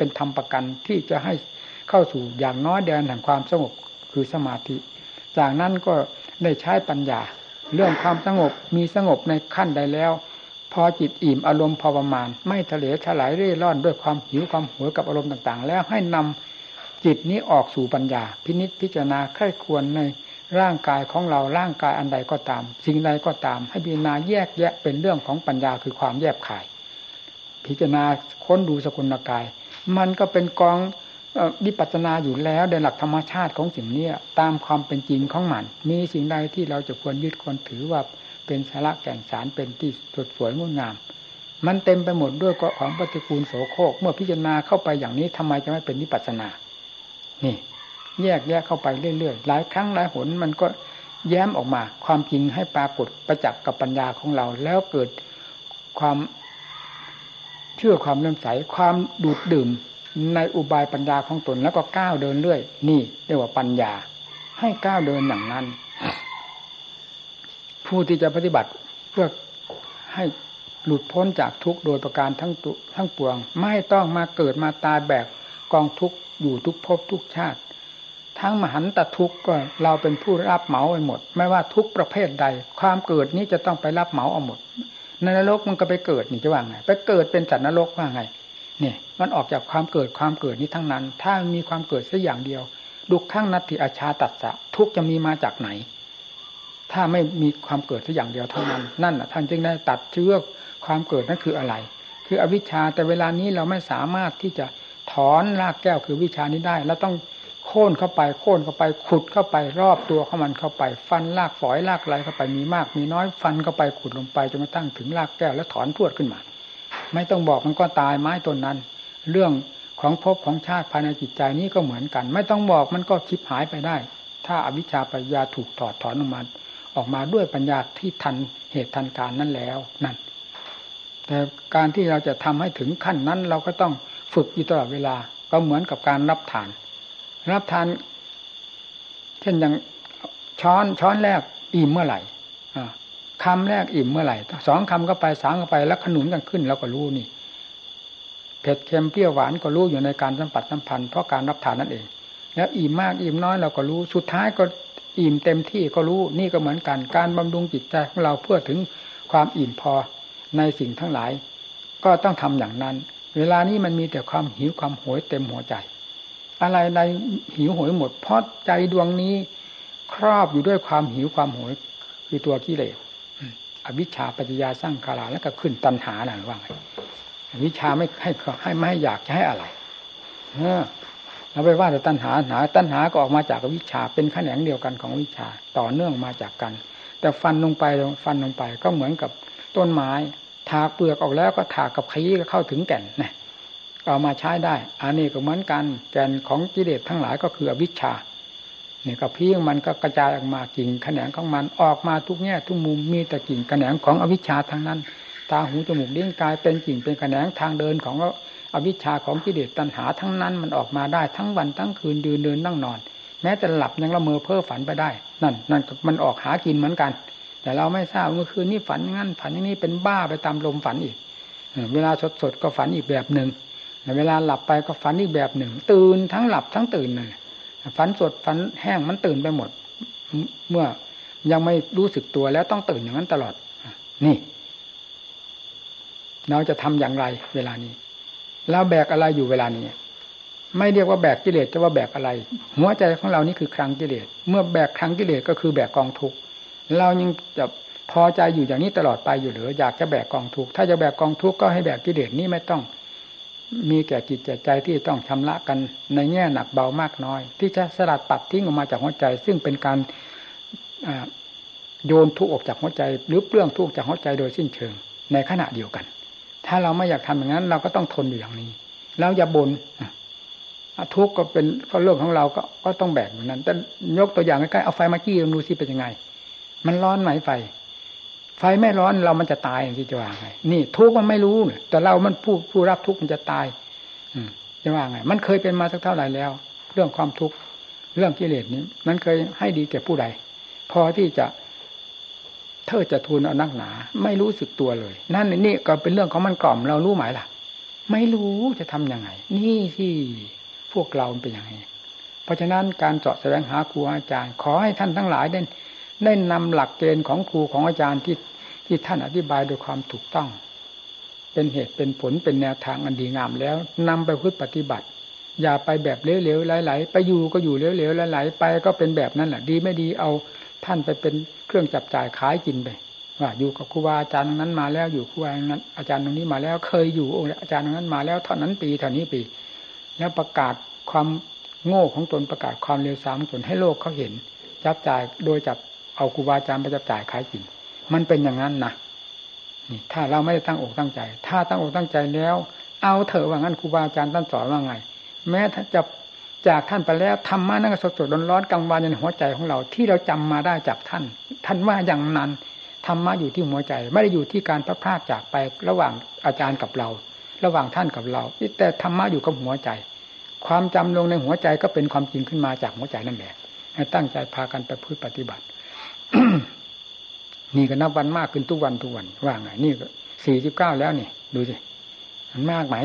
เป็นธรรมประกันที่จะให้เข้าสู่อย่างน้อยแดนแห่งความสงบคือสมาธิจากนั้นก็ได้ใช้ปัญญาเรื่องความสงบมีสงบในขั้นใดแล้วพอจิตอิ่มอารมณ์พอประมาณไม่ทะเลฉลายเร่ร่อนด้วยความหิวความโหยกับอารมณ์ต่างๆแล้วให้นำจิตนี้ออกสู่ปัญญาพินิจพิจารณาใคร่ควรในร่างกายของเราร่างกายอันใดก็ตามสิ่งใดก็ตามให้พิจารณาแยกแยะเป็นเรื่องของปัญญาคือความแยบคายพิจารณาค้นดูสกุลกายมันก็เป็นกองวิปัสสนาอยู่แล้วในหลักธรรมชาติของสิ่งนี้ตามความเป็นจริงของมันมีสิ่งใดที่เราจะควรยึดควรถือว่าเป็นสาระแก่นสารเป็นที่สดสวยงดงามมันเต็มไปหมดด้วยของปฏิกูลโสโครกเมื่อพิจารณาเข้าไปอย่างนี้ทำไมจะไม่เป็นวิปัสสนานี่แยกแยะเข้าไปเรื่อยๆหลายครั้งหลายหนมันก็แย้มออกมาความจริงให้ปรากฏประจักษ์กับปัญญาของเราแล้วเกิดความเชื่อความเลื่อมใสความดูดดื่มในอุบายปัญญาของตนแล้วก็ก้าวเดินเรื่อยนี่เรียกว่าปัญญาให้ก้าวเดินอย่างนั้นผู้ที่จะปฏิบัติเพื่อให้หลุดพ้นจากทุกข์โดยประการทั้งปวงไม่ต้องมาเกิดมาตายแบกกองทุกข์อยู่ทุกภพทุกชาติทั้งมหันตทุกข์ก็เราเป็นผู้รับเหมาไปหมดไม่ว่าทุกประเภทใดความเกิดนี้จะต้องไปรับเหมาเอาหมดในนรกมันก็ไปเกิดนี่จะว่าไงไปเกิดเป็นสัตว์นรกว่าไงเนี่ยมันออกจากความเกิดนี้ทั้งนั้นถ้ามีความเกิดสักอย่างเดียวดุขังนัตถิอชาตัสสะทุกจะมีมาจากไหนถ้าไม่มีความเกิดสักอย่างเดียวเท่านั้นนั่นน่ะท่านจึงได้ตัดเชื้อความเกิดนั้นคืออะไรคืออวิชชาแต่เวลานี้เราไม่สามารถที่จะถอนรากแก้วคือวิชานี้ได้เราต้องโค่นเข้าไปขุดเข้าไปรอบตัวของมันเข้าไปฟันรากฝอยรากไรเข้าไปมีมากมีน้อยฟันเข้าไปขุดลงไปจนกระทั่งถึงรากแก้วแล้วถอนพรวดขึ้นมาไม่ต้องบอกมันก็ตายไม้ต้นนั้นเรื่องของภพของชาติภายในจิตใจนี้ก็เหมือนกันไม่ต้องบอกมันก็ชิบหายไปได้ถ้าอวิชชาปัญญาถูกถอดถอนออกมาด้วยปัญญาที่ทันเหตุทันการนั้นแล้วนั่นแต่การที่เราจะทำให้ถึงขั้นนั้นเราก็ต้องฝึกอยู่ตลอดเวลาก็เหมือนกับการรับทานเช่นอย่างช้อนแรกอิ่มเมื่อไหร่คำแรกอิ่มเมื่อไหร่สองคำก็ไปสามก็ไปแล้วขนุนกันขึ้นเราก็รู้นี่เผ็ดเค็มเปรี้ยวหวานก็รู้อยู่ในการสัมพันธ์เพราะการรับทานนั่นเองแล้วอิ่มมากอิ่มน้อยเราก็รู้สุดท้ายก็อิ่มเต็มที่ก็รู้นี่ก็เหมือนกันการบำรุงจิตใจของเราเพื่อถึงความอิ่มพอในสิ่งทั้งหลายก็ต้องทำอย่างนั้นเวลานี้มันมีแต่ความหิวความโหยเต็มหัวใจอะไรใดหิวโหยหมดเพราะใจดวงนี้ครอบอยู่ด้วยความหิวความโหยคือตัวกิเลสอวิชชาปัจจยาสร้างขาราแล้วก็ขึ้นตัณหานั่นว่าไงวิชาไม่ให้อยากจะให้อะไรเราไปว่าแต่ตัณหาก็ออกมาจากวิชาเป็นแขนงเดียวกันของวิชาต่อเนื่องมาจากกันแต่ฟันลงไปก็เหมือนกับต้นไม้ถากเปลือกออกแล้วก็ถากกับขยี้ก็เข้าถึงแก่นนะเอามาใช้ได้อันนี้ก็เหมือนกันแก่นของกิเลสทั้งหลายก็คืออวิชชาเนี่ยก็พีมันก็กระจายออกมากิ่งแขนงของมันออกมาทุกแง่ทุกมุมมีแต่กิ่งแขนงของอวิชชาทั้งนั้นตาหูจมูกลิ้นกายเป็นกิ่งเป็นแขนงทางเดินของอวิชชาของกิเลสตัณหาทั้งนั้นมันออกมาได้ทั้งวันทั้งคืนยืนเดินนั่งนอนแม้แต่หลับยังละเมอเพ้อฝันไปได้นั่นมันออกหากินเหมือนกันแต่เราไม่ทราบเมื่อคืนนี้ฝันงั้นฝันอย่างนี้เป็นบ้าไปตามลมฝันอีกเวลาสดก็ฝันอีกแบบนึงเวลาหลับไปก็ฝันอีกแบบหนึ่งตื่นทั้งหลับทั้งตื่นเลยฝันสดฝันแห้งมันตื่นไปหมดเมื่อยังไม่รู้สึกตัวแล้วต้องตื่นอย่างนั้นตลอดนี่เราจะทำอย่างไรเวลานี้เราแบกอะไรอยู่เวลานี้ไม่เรียกว่าแบกกิเลสจะว่าแบกอะไรหัวใจของเรานี่คือคลังกิเลสเมื่อแบกคลังกิเลสก็คือแบกกองทุกข์เรายังจะพอใจอยู่อย่างนี้ตลอดไปอยู่หรืออยากจะแบกกองทุกข์ถ้าจะแบกกองทุกข์ก็ให้แบกกิเลสนี่ไม่ต้องมีแก่จิตแก่ใจที่ต้องชำระกันในแง่หนักเบามากน้อยที่จะสลัดปัดทิ้งออกมาจากหัวใจซึ่งเป็นการโยนทุกข์ออกจากหัวใจหรือเปลื้องทุกข์จากหัวใจโดยสิ้นเชิงในขณะเดียวกันถ้าเราไม่อยากทำอย่างนั้นเราก็ต้องทนอยู่อย่างนี้แล้วอย่าบ่นทุกข์ก็เรื่องของเราก็ต้องแบกอย่างนั้นแต่ยกตัวอย่างใกล้ๆเอาไฟมาจี้ดูสิเป็นยังไงมันร้อนไหมไฟไม่ร้อนเรามันจะตายอย่างที่จะว่าไงนี่ทุกข์มันไม่รู้เนี่ยแต่เรามันผู้รับทุกข์มันจะตายจะว่าไงมันเคยเป็นมาสักเท่าไหร่แล้วเรื่องความทุกข์เรื่องกิเลสนี้มันเคยให้ดีแก่ผู้ใดพอที่จะจะทูลเอานักหนาไม่รู้สึกตัวเลยนั่นนี่ก็เป็นเรื่องของมันกล่อมเรารู้ไหมล่ะไม่รู้จะทำยังไงนี่ที่พวกเราเป็นอย่างนี้เพราะฉะนั้นการเจาะแสวงหาครูอาจารย์ขอให้ท่านทั้งหลายได้นำหลักเกณฑ์ของครูของอาจารย์ที่ท่านอธิบายโดยความถูกต้องเป็นเหตุเป็นผลเป็นแนวทางอันดีงามแล้วนำไปพึ่งปฏิบัติอย่าไปแบบเหลวๆไหลๆไปอยู่ก็อยู่เหลวๆไหลๆไปก็เป็นแบบนั้นแหละดีไม่ดีเอาท่านไปเป็นเครื่องจับจ่ายขายกินไปว่าอยู่กับครูบาอาจารย์ตรงนั้นมาแล้วอยู่ครูบาอาจารย์ตรงนี้มาแล้วเคยอยู่อาจารย์ตรงนั้นมาแล้วเท่านั้นปีเท่านี้ปีแล้วประกาศความโง่ของตนประกาศความเลวทรามของตนให้โลกเขาเห็นจับจ่ายโดยจับเอาครูบาอาจารย์ไปจับจ่ายขายกินมันเป็นอย่างนั้นนะนี่ถ้าเราไม่ได้ตั้งอกตั้งใจถ้าตั้งอกตั้งใจแล้วเอาเถอะว่างั้นครูบาอาจารย์ท่านสอนว่าไงแม้ถ้าจะจากท่านไปแล้วธรรมะนั่นก็สดๆร้อนๆกลางวันในหัวใจของเราที่เราจำมาได้จากท่านว่าอย่างนั้นธรรมะอยู่ที่หัวใจไม่ได้อยู่ที่การพลาดจากไประหว่างอาจารย์กับเราระหว่างท่านกับเราแต่ธรรมะอยู่กับหัวใจความจำลงในหัวใจก็เป็นความจริงขึ้นมาจากหัวใจนั่นแหละให้ตั้งใจพากันไปพึ่งปฏิบัติ นี่ก็นับวันมากขึ้นทุกวันว่าไงนี่ก็49แล้วนี่ดูสิมันมากหมาย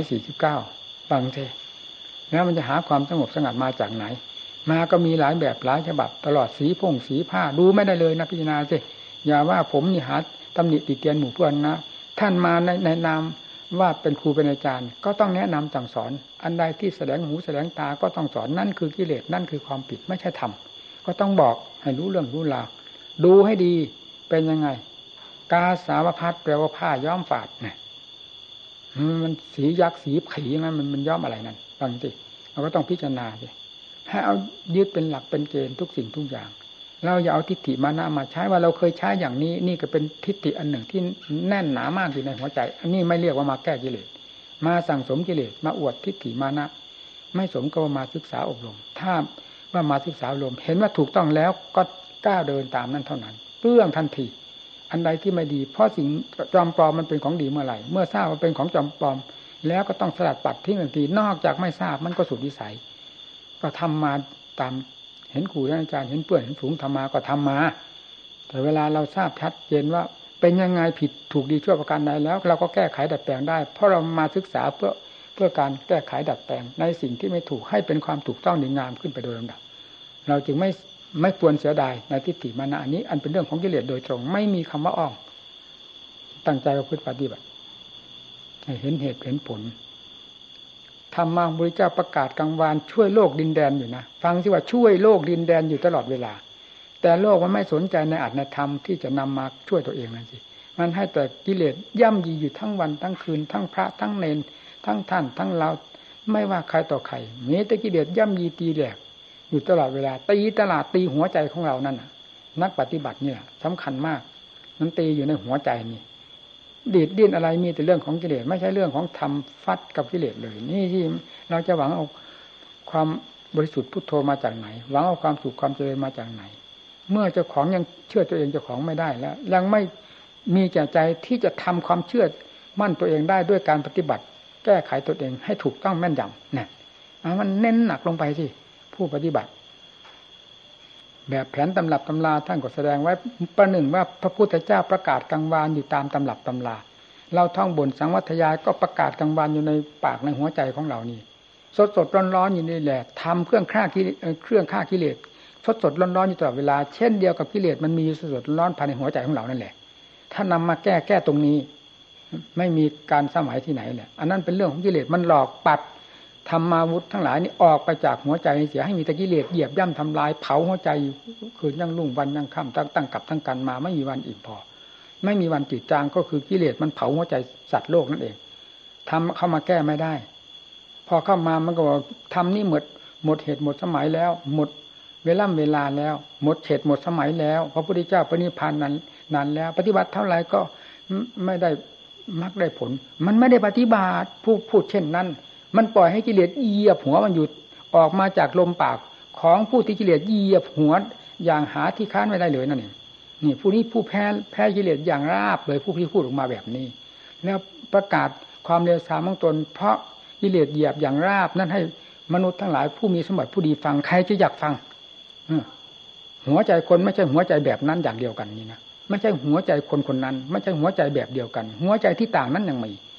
49ฟังสิแล้วมันจะหาความสงบสงัดมาจากไหนมาก็มีหลายแบบหลายฉบับตลอดสีผ้าดูไม่ได้เลยนะพิจารณาสิอย่าว่าผมนี่หาตำหนิติเตียนหมู่เพื่อนนะท่านมาในนามว่าเป็นครูเป็นอาจารย์ก็ต้องแนะนำสั่งสอนอันใดที่แสดงหูแสดงตาก็ต้องสอนนั่นคือกิเลสนั่นคือความผิดไม่ใช่ธรรมก็ต้องบอกให้รู้เรื่องรู้ราวดูให้ดีเป็นยังไงกาสาวพัดแปลว่าผ้าย้อมฝาดเนี่ยมันสียักษ์สีผีงั้นมันย้อมอะไรนั่นฟังสิเราก็ต้องพิจารณาสิให้เอายึดเป็นหลักเป็นเกณฑ์ทุกสิ่งทุกอย่างเราอย่าเอาทิฏฐิมานะมาใช้ว่าเราเคยใช้อย่างนี้นี่ก็เป็นทิฏฐิอันหนึ่งที่แน่นหนามากอยู่ในหัวใจอันนี้ไม่เรียกว่ามาแก้กิเลสมาสั่งสมกิเลสมาอวดทิฏฐิมานะไม่สมกับมาศึกษาอบรมถ้าว่ามาศึกษาอบรมเห็นว่าถูกต้องแล้วก็ก้าวเดินตามนั้นเท่านั้นเรื่องทันทีอันใดที่ไม่ดีเพราะสิ่งจอมปลอมมันเป็นของดีเมื่อไหร่เมื่อทราบว่าเป็นของจอมปลอมแล้วก็ต้องสลัดปัดทิ้งทันทีนอกจากไม่ทราบมันก็สุดวิสัยก็ทำมาตามเห็นครูอาจารย์เห็นเปื่อนเห็นฝูงทำมาก็ทำมาแต่เวลาเราทราบชัดเจนว่าเป็นยังไงผิดถูกดีชั่วประการใดแล้วเราก็แก้ไขดัดแปลงได้เพราะเรามาศึกษาเพื่อการแก้ไขดัดแปลงในสิ่งที่ไม่ถูกให้เป็นความถูกต้องดีงามขึ้นไปโดยลำดับเราจึงไม่ควรเสียดายในทิฏฐิมานะอันนี้อันเป็นเรื่องของกิเลสโดยตรงไม่มีคำว่าอ้อมตั้งใจประพฤติปฏิบัติให้เห็นเหตุเห็นผลธรรมะพระพุทธเจ้าประกาศกลางวานช่วยโลกดินแดนอยู่นะฟังสิว่าช่วยโลกดินแดนอยู่ตลอดเวลาแต่โลกมันไม่สนใจในอัตในธรรมที่จะนำมาช่วยตัวเองนั่นสิมันให้แต่กิเลสย่ำยีอยู่ทั้งวันทั้งคืนทั้งพระทั้งเนรทั้งท่านทั้งเราไม่ว่าใครต่อใครมีแต่กิเลสย่ำยีตีแหลกอยู่ตลอดเวลาตีหัวใจของเรานั่นน่ะนักปฏิบัติเนี่ยสำคัญมากมันตีอยู่ในหัวใจนี่ดีดดิ้นอะไรมีแต่เรื่องของกิเลสไม่ใช่เรื่องของธรรมฟัดกับกิเลสเลยนี่ที่เราจะหวังเอาความบริสุทธิ์พุทโธมาจากไหนหวังเอาความสุขความเจริญมาจากไหนเมื่อเจ้าของยังเชื่อตัวเองเจ้าของไม่ได้แล้วยังไม่มีแก่ใจที่จะทำความเชื่อมั่นตัวเองได้ด้วยการปฏิบัติแก้ไขตัวเองให้ถูกต้องแม่นยำเนี่ยมันเน้นหนักลงไปสิผู้ปฏิบัติแบบแผนตำรับตำราท่านก็แสดงไว้ประหนึ่งว่าพระพุทธเจ้าประกาศกลางวานอยู่ตามตำรับตำราเราท่องบนสังวัตยายก็ประกาศกลางวานอยู่ในปากในหัวใจของเรานี่สดร้อนๆอยู่นี่แหละทำเครื่องฆ่ากิเลสสดร้อนๆอยู่ตลอดเวลาเช่นเดียวกับกิเลสมันมีสดร้อนภายในหัวใจของเรานั่นแหละถ้านำมาแก้ตรงนี้ไม่มีการสมัยที่ไหนแหละอันนั้นเป็นเรื่องของกิเลสมันหลอกปัดธรรมาวุธทั้งหลายนี่ออกไปจากหัวใจเสียให้มีแต่กิเลสเหยียบย่ำทำลายเผาหัวใจคืนยังรุ่งวันยังค่ำตั้งกับทั้งกันมาไม่มีวันอิ่มพอไม่มีวันจืดจางก็คือกิเลสมันเผาหัวใจสัตว์โลกนั่นเองทำเข้ามาแก้ไม่ได้พอเข้ามามันก็บอกทำนี่หมดเหตุหมดสมัยแล้วหมดเวลาแล้วหมดเหตุหมดสมัยแล้วพระพุทธเจ้าปรินิพพานนานแล้วปฏิบัติเท่าไหร่ก็ไม่ได้มักได้ผลมันไม่ได้ปฏิบัติพูดเช่นนั้นมันปล่อยให้กิเลสเหยียบหัวมันอยู่ออกมาจากลมปากของผู้ที่กิเลสเหยียบหัวอย่างหาที่ค้านไม่ได้เลยนั่นเองนี่ผู้นี้ผู้แพ้กิเลสอย่างราบเลยผู้ที่พูดออกมาแบบนี้แล้วประกาศความเลวทรามของตนเพราะกิเลสเหยียบอย่างราบนั่นให้มนุษย์ทั้งหลายผู้มีสมบัติผู้ดีฟังใครจะอยากฟังหัวใจคนไม่ใช่หัวใจแบบนั้นอย่างเดียวกันนี่นะไม่ใช่หัวใจคนนั้นไม่ใช่หัวใจแบบเดียวกันหัวใจที่ต่างนั้นยังมี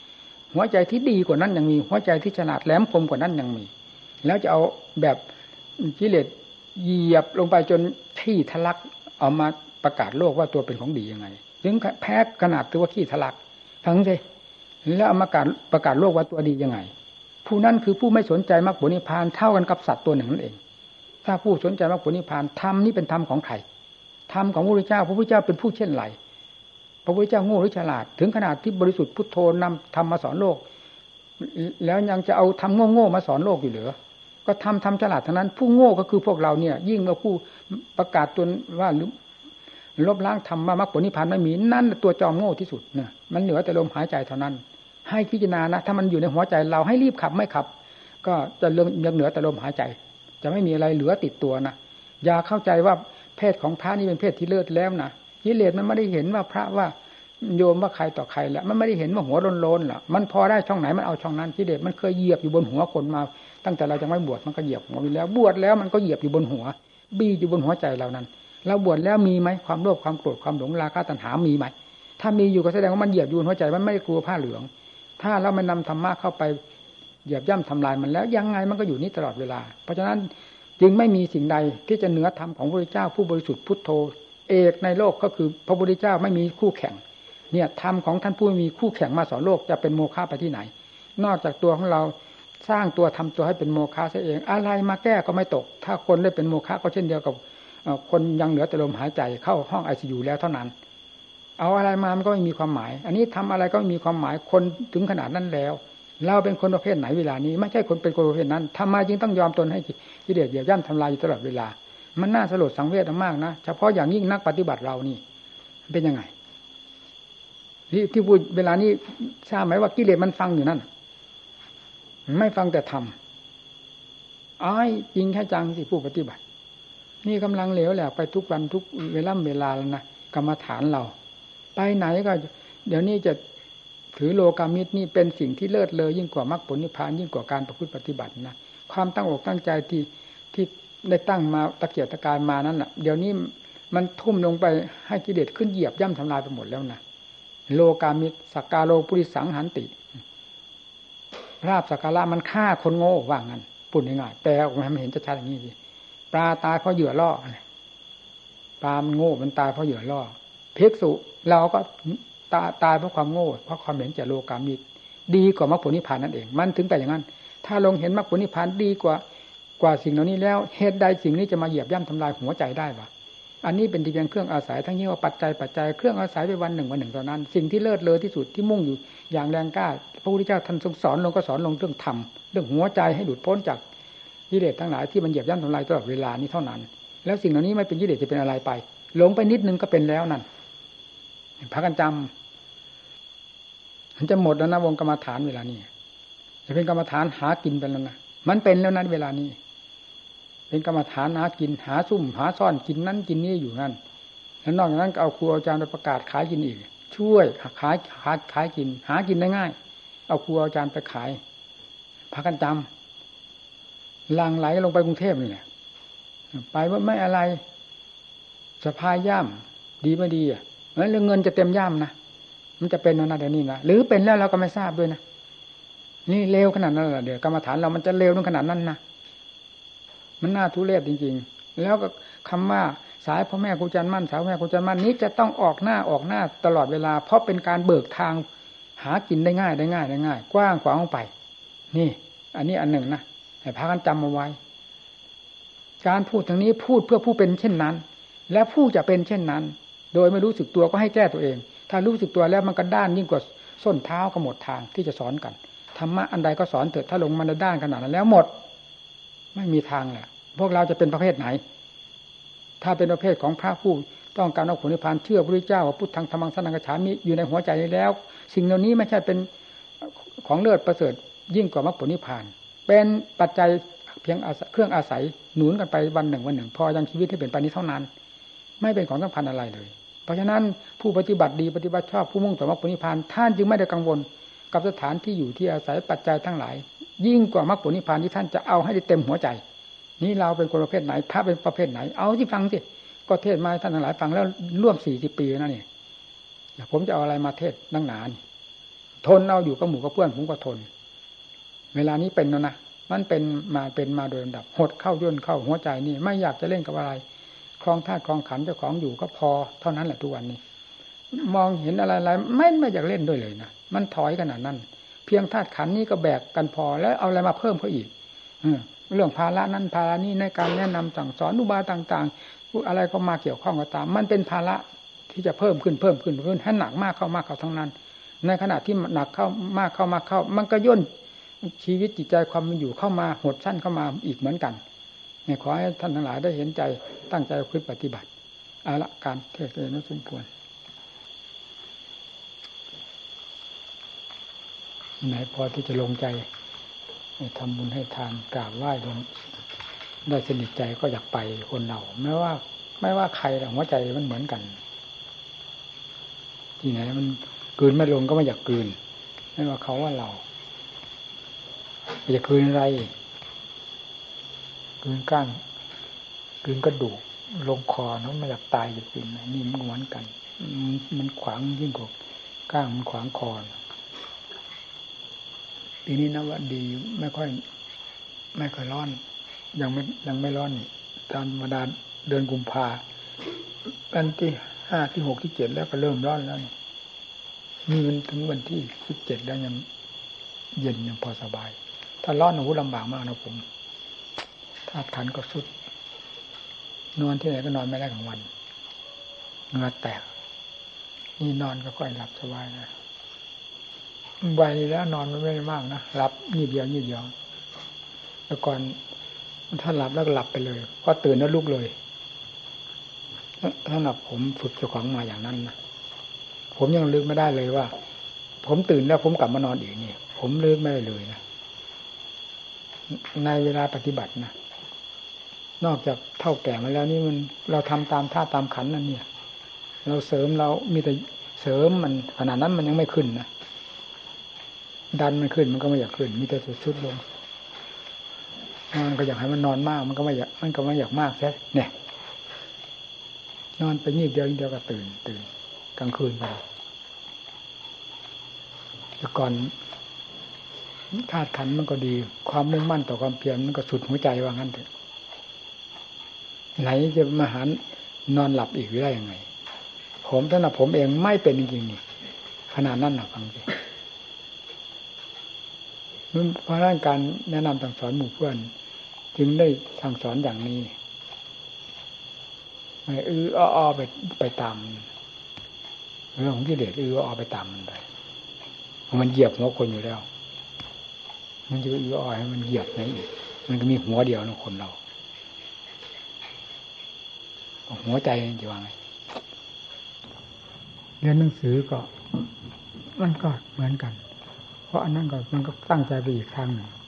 หัวใจที่ดีกว่านั้นยังมีหัวใจที่ฉลาดแหลมคมกว่านั้นยังมีแล้วจะเอาแบบกิเลสเหยียบลงไปจนขี้ทะลักเอามาประกาศโลกว่าตัวเป็นของดียังไงถึงแพ้ขนาดตัวขี้ทะลักฟังสิแล้วเอามาประกาศโลกว่าตัวดียังไงผู้นั้นคือผู้ไม่สนใจมรรคผลนิพพานเท่ากันกับสัตว์ตัวหนึ่งนั่นเองถ้าผู้สนใจมรรคผลนิพพานธรรมนี่เป็นธรรมของใครธรรมของพระพุทธเจ้าพระพุทธเจ้าเป็นผู้เช่นไรพระพุทธเจ้าโง่หรือฉลาดถึงขนาดที่บริสุทธิ์พุทโธนำธรรมมาสอนโลกแล้วยังจะเอาธรรมโง่ๆมาสอนโลกอยู่เหรือก็ทำฉลาดทั้งนั้นผู้โง่ก็คือพวกเราเนี่ยยิ่งเมื่อผู้ประกาศตนว่าลบล้างธรรมมรรคผลนิพพานไม่มีนั่นตัวจอมโง่ที่สุดเนี่ยมันเหลือแต่ลมหายใจเท่านั้นให้พิจารณานะถ้ามันอยู่ในหัวใจเราให้รีบขับไม่ขับก็จะเหลือแต่ลมหายใจจะไม่มีอะไรเหลือติดตัวนะอย่าเข้าใจว่าเพศของพระนี่เป็นเพศที่เลิศแล้วนะกิเลสมันไม่ได้เห็นว่าพระว่าโยมว่าใครต่อใครแล้วมันไม่ได้เห็นว่าหัวโลนๆหรอกมันพอได้ช่องไหนมันเอาช่องนั้นกิเลสมันเคยเหยียบอยู่บนหัวคนมาตั้งแต่เรายังไม่บวชมันก็เหยียบหัวอยู่แล้วบวชแล้วมันก็เหยียบอยู่บนหัวบี้อยู่บนหัวใจเรานั้นเราบวชแล้วมีไหมความโลภความโกรธความหลงราคะตัณหามีไหมถ้ามีอยู่ก็แสดงว่ามันเหยียบอยู่บนหัวใจมันไม่ได้กลัวผ้าเหลืองถ้าเรามันนำธรรมะเข้าไปเหยียบย่ำทำลายมันแล้วยังไงมันก็อยู่นี่ตลอดเวลาเพราะฉะนั้นจึงไม่มีสิ่งใดที่จะเหนือธรรมของพระพุทธเจ้าผู้บริสุทธิ์พุทโธเอกในโลกก็คือพระพุทธเจ้าไม่มีคู่แข่งเนี่ยธรรมของท่านผู้มีคู่แข่งมาสอนโลกจะเป็นโมฆะไปที่ไหนนอกจากตัวของเราสร้างตัวทำตัวให้เป็นโมฆะซะเองอะไรมาแก้ก็ไม่ตกถ้าคนได้เป็นโมฆะก็เช่นเดียวกับคนยังเหลือแต่ลมหายใจเข้าห้อง ICU แล้วเท่านั้นเอาอะไรมามันก็ไม่มีความหมายอันนี้ทำอะไรก็ไม่มีความหมายคนถึงขนาดนั้นแล้วเราเป็นคนประเภทไหนเวลานี้ไม่ใช่คนเป็นคนประเภทนั้นทำไมจึงต้องยอมตนให้กิเลสเหยียบย่ำทำลายอยู่ตลอดเวลามันน่าสลดสังเวชมากนะเฉพาะอย่างยิ่งนักปฏิบัติเรานี่เป็นยังไงที่พูดเวลานี้ทราบไหมว่ากิเลสมันฟังอยู่นั่นไม่ฟังแต่ทำอ้ายจริงแค่จังสิผู้ปฏิบัตินี่กำลังเหลวแหลกไปทุกวันทุกเวลาแล้วนะกรรมฐานเราไปไหนก็เดี๋ยวนี้จะถือโลกามิตรนี่เป็นสิ่งที่เลิศเลอยิ่งกว่ามรรคผลนิพพานยิ่งกว่าการประพฤติปฏิบัตินะความตั้งอกตั้งใจที่ได้ตั้งมาตะเกียกตะกายมานั้นแหละเดี๋ยวนี้มันทุ่มลงไปให้กิเลสขึ้นเหยียบย่ำทำลายไปหมดแล้วนะโลกามิตรสักกาโลปุริสังหันติราบสักการะมันฆ่าคนโง่ว่างั้นพูดง่ายๆแต่ออกมาให้เห็นชัดๆอย่างนี้สิปลาตายเพราะเหยื่อล่อปลามันโง่มันตายเพราะเหยื่อล่อภิกษุเราก็ตายเพราะความโง่เพราะความเห็นแก่โลกามิตรดีกว่ามรรคผลนิพพานนั่นเองมันถึงแต่อย่างนั้นถ้าลงเห็นมรรคผลนิพพานดีกว่าสิ่งเหล่านี้แล้วเหตุใดสิ่งนี้จะมาเหยียบย่ำทำลายหัวใจได้วะอันนี้เป็นที่เพียงเครื่องอาศัยทั้งนี้ว่าปัจจัยเครื่องอาศัยไปวันหนึ่งเท่านั้นสิ่งที่เลิศเลอที่สุดที่มุ่งอยู่อย่างแรงกล้าพระพุทธเจ้าท่านทรงสอนลงก็สอนลงเรื่องธรรมเรื่องหัวใจให้หลุดพ้นจากกิเลสทั้งหลายที่มันเหยียบย่ำทำลายตลอดเวลานี้เท่านั้นแล้วสิ่งเหล่านี้ไม่เป็นกิเลสจะเป็นอะไรไปหลงไปนิดนึงก็เป็นแล้วนั่นพากันจำมันจะหมดแล้วนะวงกรรมฐานเวลานี้จะเป็นกรรมฐานหากินไปแล้วนะมันเป็นแล้วนั้นเวลานี้เป็นกรรมฐานหากินหาซุ่มหาซ่อนกินนั้นกินนี้อยู่นั่นแล้วนอกจากนั้นก็เอาครูอาจารย์ไปประกาศขายกินอีกช่วยขายกินหากินได้ง่ายเอาครูอาจารย์ไปขายพากันจำหลั่งไหลลงไปกรุงเทพนี่แหละไปว่าไม่อะไรสะพายย่ามดีไม่ดีอ่ะแล้วเงินจะเต็มย่ามนะมันจะเป็นนะเดี๋ยวนี้นะหรือเป็นแล้วเราก็ไม่ทราบด้วยนะนี่เลวขนาดนั้นเหรอเดี๋ยวกรรมฐานเรามันจะเลวถึงขนาดนั้นนะมันน่าทุเรศจริงๆแล้วก็คำว่าสายพ่อแม่ครูอาจารย์มั่นสายพ่อแม่ครูอาจารย์มั่นนี้จะต้องออกหน้าตลอดเวลาเพราะเป็นการเบิกทางหากินได้ง่ายกว้างขวางออกไปนี่อันนี้อันหนึ่งนะให้พากันจำเอาไว้การพูดทางนี้พูดเพื่อผู้เป็นเช่นนั้นและผู้จะเป็นเช่นนั้นโดยไม่รู้สึกตัวก็ให้แก้ตัวเองถ้ารู้สึกตัวแล้วมันก็ด้านยิ่งกว่าส้นเท้าก็หมดทางที่จะสอนกันธรรมะอันใดก็สอนเถิดถ้าลงมาในด้านขนาดนั้นแล้วหมดไม่มีทางแหละพวกเราจะเป็นประเภทไหนถ้าเป็นประเภทของพระผู้ต้องการเอาผลนิพพานเชื่อพระพุทธเจ้าว่าพุทธังธรรมังสังฆังกัจฉามิอยู่ในหัวใจนี้แล้วสิ่งเหล่านี้ไม่ใช่เป็นของเลิศประเสริฐยิ่งกว่ามรรคผลนิพพานเป็นปัจจัยเพียงเครื่องอาศัยหนุนกันไปวันหนึ่งพอยังชีวิตให้เป็นไปนี้เท่านั้นไม่เป็นของสำคัญอะไรเลยเพราะฉะนั้นผู้ปฏิบัติดีปฏิบัติชอบผู้มุ่งต่อมรรคผลนิพพานท่านจึงไม่ได้กังวลกับสถานที่อยู่ที่อาศัยปัจจัยทั้งหลายยิ่งกว่ามรรคผลนิพพานที่ท่านจะเอาให้ได้เต็มหัวใจนี่เราเป็นคนประเภทไหนพระเป็นประเภทไหนเอาที่ฟังสิก็เทศมาท่านทั้งหลายฟังแล้วร่วม40 ปีนั่นนี่ผมจะเอาอะไรมาเทศนั่งนานทนเอาอยู่กับหมู่กับเพื่อนผมก็ทนเวลานี้เป็นแล้วนะมันเป็นมาโดยลำดับหดเข้าย่นเข้าหัวใจนี่ไม่อยากจะเล่นกับอะไรคลองธาตุคลองขันเจ้าของอยู่ก็พอเท่านั้นแหละทุกวันนี้มองเห็นอะไรไม่อยากเล่นด้วยเลยนะมันถอยขนาดนั้นเพียงธาตุขันนี้ก็แบกกันพอแล้วเอาอะไรมาเพิ่มเขาอีกเรื่องภาระนั้นภาระนี้ในการแนะนำสั่งสอนอุบายต่างๆอะไรก็มาเกี่ยวข้องก็ตามมันเป็นภาระที่จะเพิ่มขึ้นให้หนักมากเข้าทั้งนั้นในขณะที่หนักเข้ามากเข้ามันก็ย่นชีวิตจิตใจความมันอยู่เข้ามาหดสั้นเข้ามาอีกเหมือนกันขอให้ท่านทั้งหลายได้เห็นใจตั้งใจคิดปฏิบัติเอาละการเทศน์นั้นสมควรไหนพอที่จะลงใจทำบุญให้ทานกราบไหว้ลงได้สนิทใจก็อยากไปคนเราไม่ว่าใครแต่หัวใจมันเหมือนกันที่ไหนมันกลืนไม่ลงก็ไม่อยากกลืนไม่ว่าเขาว่าเราจะกลืนอะไรกลืนก้างกลืนกระดูกลงคอเนาะไม่อยากตายจะกินนี่มันเหมือนกันมันขวางยิ่งกว่าก้างมันขวางคอปีนี้นะว่าดีไม่ค่อยร้อนยังไม่ร้อนตามธรรมดาเดือนกุมภาวันที่5ที่6ที่7แล้วก็เริ่มร้อนแล้วนี่มันถึงวันที่17แล้วยังเย็นยังพอสบายถ้าร้อนโอ้โหลำบากมากนะผมธาตุขันก็สุดนอนที่ไหนก็นอนไม่ได้ทั้งวันเหงื่อแตกนี่นอนก็ค่อยหลับสบายนะวัยนี้แล้วนอนมันไม่ได้มากนะหลับนิดเดียวแต่ก่อนถ้าหลับแล้วก็หลับไปเลยพอตื่นแล้วลุกเลยสำหรับผมฝึกเจ้าของมาอย่างนั้นนะผมยังลืมไม่ได้เลยว่าผมตื่นแล้วผมกลับมานอนอีกนี่ผมลืมไม่ได้เลยนะในเวลาปฏิบัตินะนอกจากเท่าแก่มาแล้วนี่มันเราทำตามท่าตามขันนั่นเนี่ยเราเสริมเรามีแต่เสริมมันขนาดนั้นมันยังไม่ขึ้นนะดันมันขึ้นมันก็ไม่อยากขึ้นมีแต่สุดลงมันก็อยากให้มันนอนมากมันก็ไม่อยากมากแค่เนี่ยนอนไปงีบเดียวก็ตื่นกลางคืนไปแต่ก่อนธาตุขันธ์มันก็ดีความมุ่งมั่นต่อความเพียรมันก็สุดหัวใจว่างั้นเถอะไหนจะมาหานอนหลับอีกได้ยังไงผมสำหรับผมเองไม่เป็นจริงๆนี่ขนาดนั้นนะฟังดิเพราะนั้นการแนะนำสั่งสอนหมู่เพื่อนจึงได้สั่งสอนอย่างนี้ไม่อ้อไปตามเรื่องของกิเลสอ้อไปตามมันไปมันเหยียบหัวคนอยู่แล้วมันจะอ้อให้มันเหยียบไหนอีกมันก็มีหัวเดียวนะคนเราหัวใจจะว่าไงเรียนหนังสือก็มันก็เหมือนกันเพราะอันนั้นก็มันก็ตั้งใจไปอีกทางหนึ่ง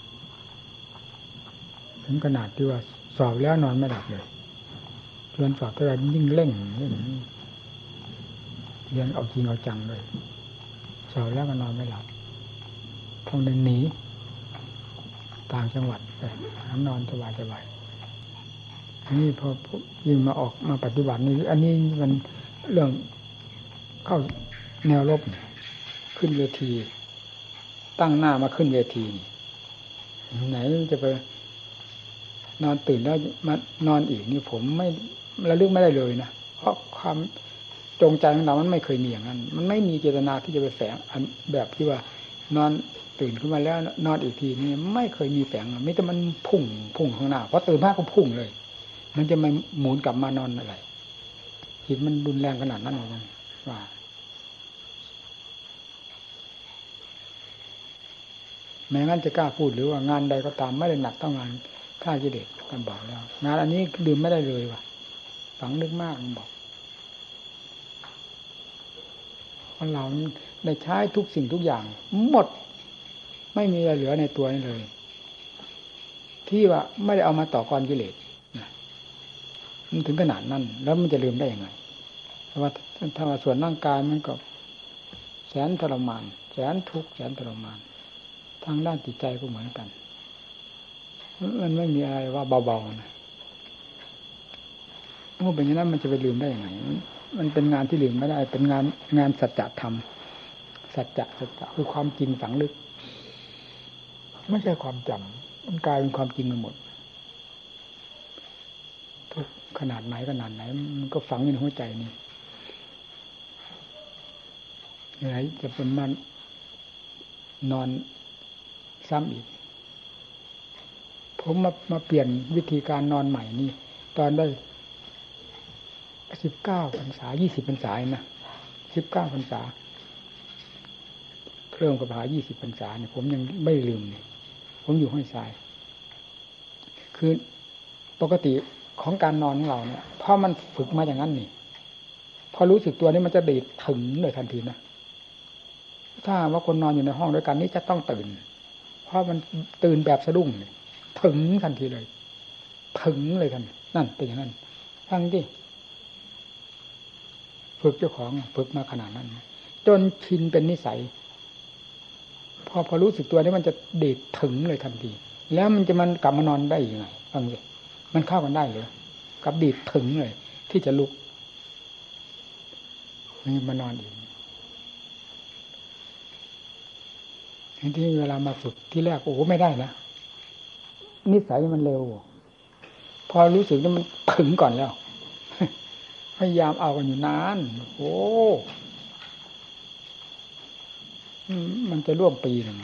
ถึงขนาดที่ว่าสอบแล้วนอนไม่หลับเลยเรียนสอบเท่าไรยิ่งเร่งเรียนเอาจริงเอาจังเลยสอบแล้วก็นอนไม่หลับต้องเดินหนีต่างจังหวัดไปหานอนสบายนี่พอยิ่งมาออกมาปฏิบัตินี่อันนี้มันเรื่องเข้าแนวรบขึ้นเวทีตั้งหน้ามาขึ้นเวทีนี่ไหนจะไปนอนตื่นแล้วมานอนอีกนี่ผมไม่ระลึกไม่ได้เลยนะเพราะความจงใจของเรามันไม่เคยมีอย่างนั้นมันไม่มีเจตนาที่จะไปแฝงอันแบบที่ว่านอนตื่นขึ้นมาแล้วนอนอีกทีนี่ไม่เคยมีแฝงมิแต่มันพุ่งข้างหน้าเพราะตื่นมากก็พุ่งเลยมันจะไม่หมุนกลับมานอนอะไรจิตมันรุนแรงขนาดนั้นหรือยังว่าแม้งั้นจะกล้าพูดหรือว่างานใดก็ตามไม่ได้หนักเท่างานฆ่ากิเลสกันบอกแล้วงานอันนี้ดื่มไม่ได้เลยว่ะฝังลึกมากมันบอกคนเราได้ใช้ทุกสิ่งทุกอย่างหมดไม่มีอะไรเหลือในตัวนี้เลยที่ว่าไม่ได้เอามาต่อกรกิเลสมันถึงขนาดนั้นแล้วมันจะลืมได้ยังไงเพราะว่าถ้าว่าส่วนร่างกายมันก็แสนทรมานแสนทุกข์แสนทรมานทางด้านจิตใจก็เหมือนกันมันไม่มีอะไรว่าเบาๆนะเมื่อเป็นอย่างนั้นมันจะไปลืมได้ยังไงมันเป็นงานที่ลืมไม่ได้เป็นงานสัจธรรมสัจจะคือความจริงฝังลึกไม่ใช่ความจำมันกลายเป็นความจริงไปหมดทุกขนาดไหนมันก็ฝังอยู่ในหัวใจนี่ไหนจะเป็นมันนอนซ้ำอีกผมมาเปลี่ยนวิธีการนอนใหม่นี่ตอนได้19 พรรษา20 พรรษานะ19 พรรษาเริ่มกับ20 พรรษาเนี่ยผมยังไม่ลืมเนี่ยผมอยู่ห้วยทรายคือปกติของการนอนของเราเนี่ยพอมันฝึกมาอย่างนั้นนี่พอรู้สึกตัวนี่มันจะดีดถึงเลยทันทีนะถ้าว่าคนนอนอยู่ในห้องด้วยกันนี่จะต้องตื่นเพราะมันตื่นแบบสะดุ้งถึงทันทีเลยถึงเลยทันนั่นเป็นอย่างนั้นฟังดิฝึกเจ้าของฝึกมาขนาดนั้นจนชินเป็นนิสัยพอรู้สึกตัวนี่มันจะดีดถึงเลยทันทีแล้วมันกลับมานอนได้ยังไงฟังดิมันเข้ากันได้เลยกับดีดถึงเลยที่จะลุกนี่มานอนอีกที่เวลามาฝึกที่แรกโอ้ไม่ได้นะนิสัยมันเร็วพอรู้สึกว่ามันถึงก่อนแล้วพยายามเอากันอยู่นานโอ้มันจะร่วมปีหนึ่ง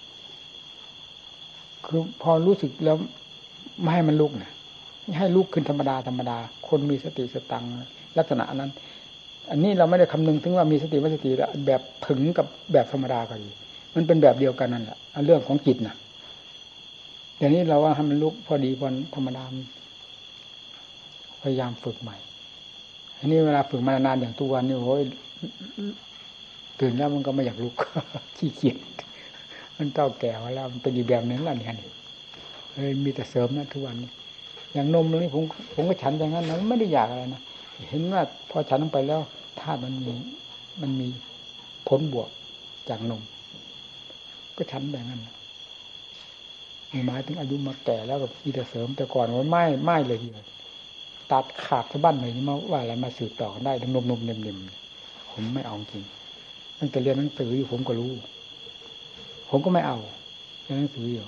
คือพอรู้สึกแล้วไม่ให้มันลุกนะให้ลุกขึ้นธรรมดาคนมีสติสตังลักษณะนั้นอันนี้เราไม่ได้คำนึงถึงว่ามีสติไม่สติแบบถึงกับแบบธรรมดาก็ดีมันเป็นแบบเดียวกันนั่นแหละเรื่องของจิตนะเดี๋ยวนี้เราว่าให้มันลุกพอดีพอธรรมดาพยายามฝึกใหม่อันนี้เวลาฝึกมานานอย่างทุกวันนี่โอ้ยตื่นแล้วมันก็ไม่อยากลุกขี้เกียจมันเต้าแก่แล้วมันเป็นอีกแบบนึงแล้วเนี่ยมีแต่เสริมนะทุกวันนี้อย่างนมตรงนี้ผมก็ฉันอย่างนั้นนะไม่ได้อยากอะไรนะเห็นว่าพอฉันลงไปแล้วธาตุมันมีผลบวกจากนมก็ฉันแบบนั้นหมายถึงอายุมาแก่แล้วก็มีแต่เสริมแต่ก่อนว่าไม่เลยทีเดียวตัดขาดสะบั้นเลยนี่มาว่าอะไรมาสืบต่อกันได้นมเนิ่มๆผมไม่เอาจริงตั้งแต่เรียนหนังสืออยู่ผมก็รู้ผมก็ไม่เอาเรียนหนังสืออยู่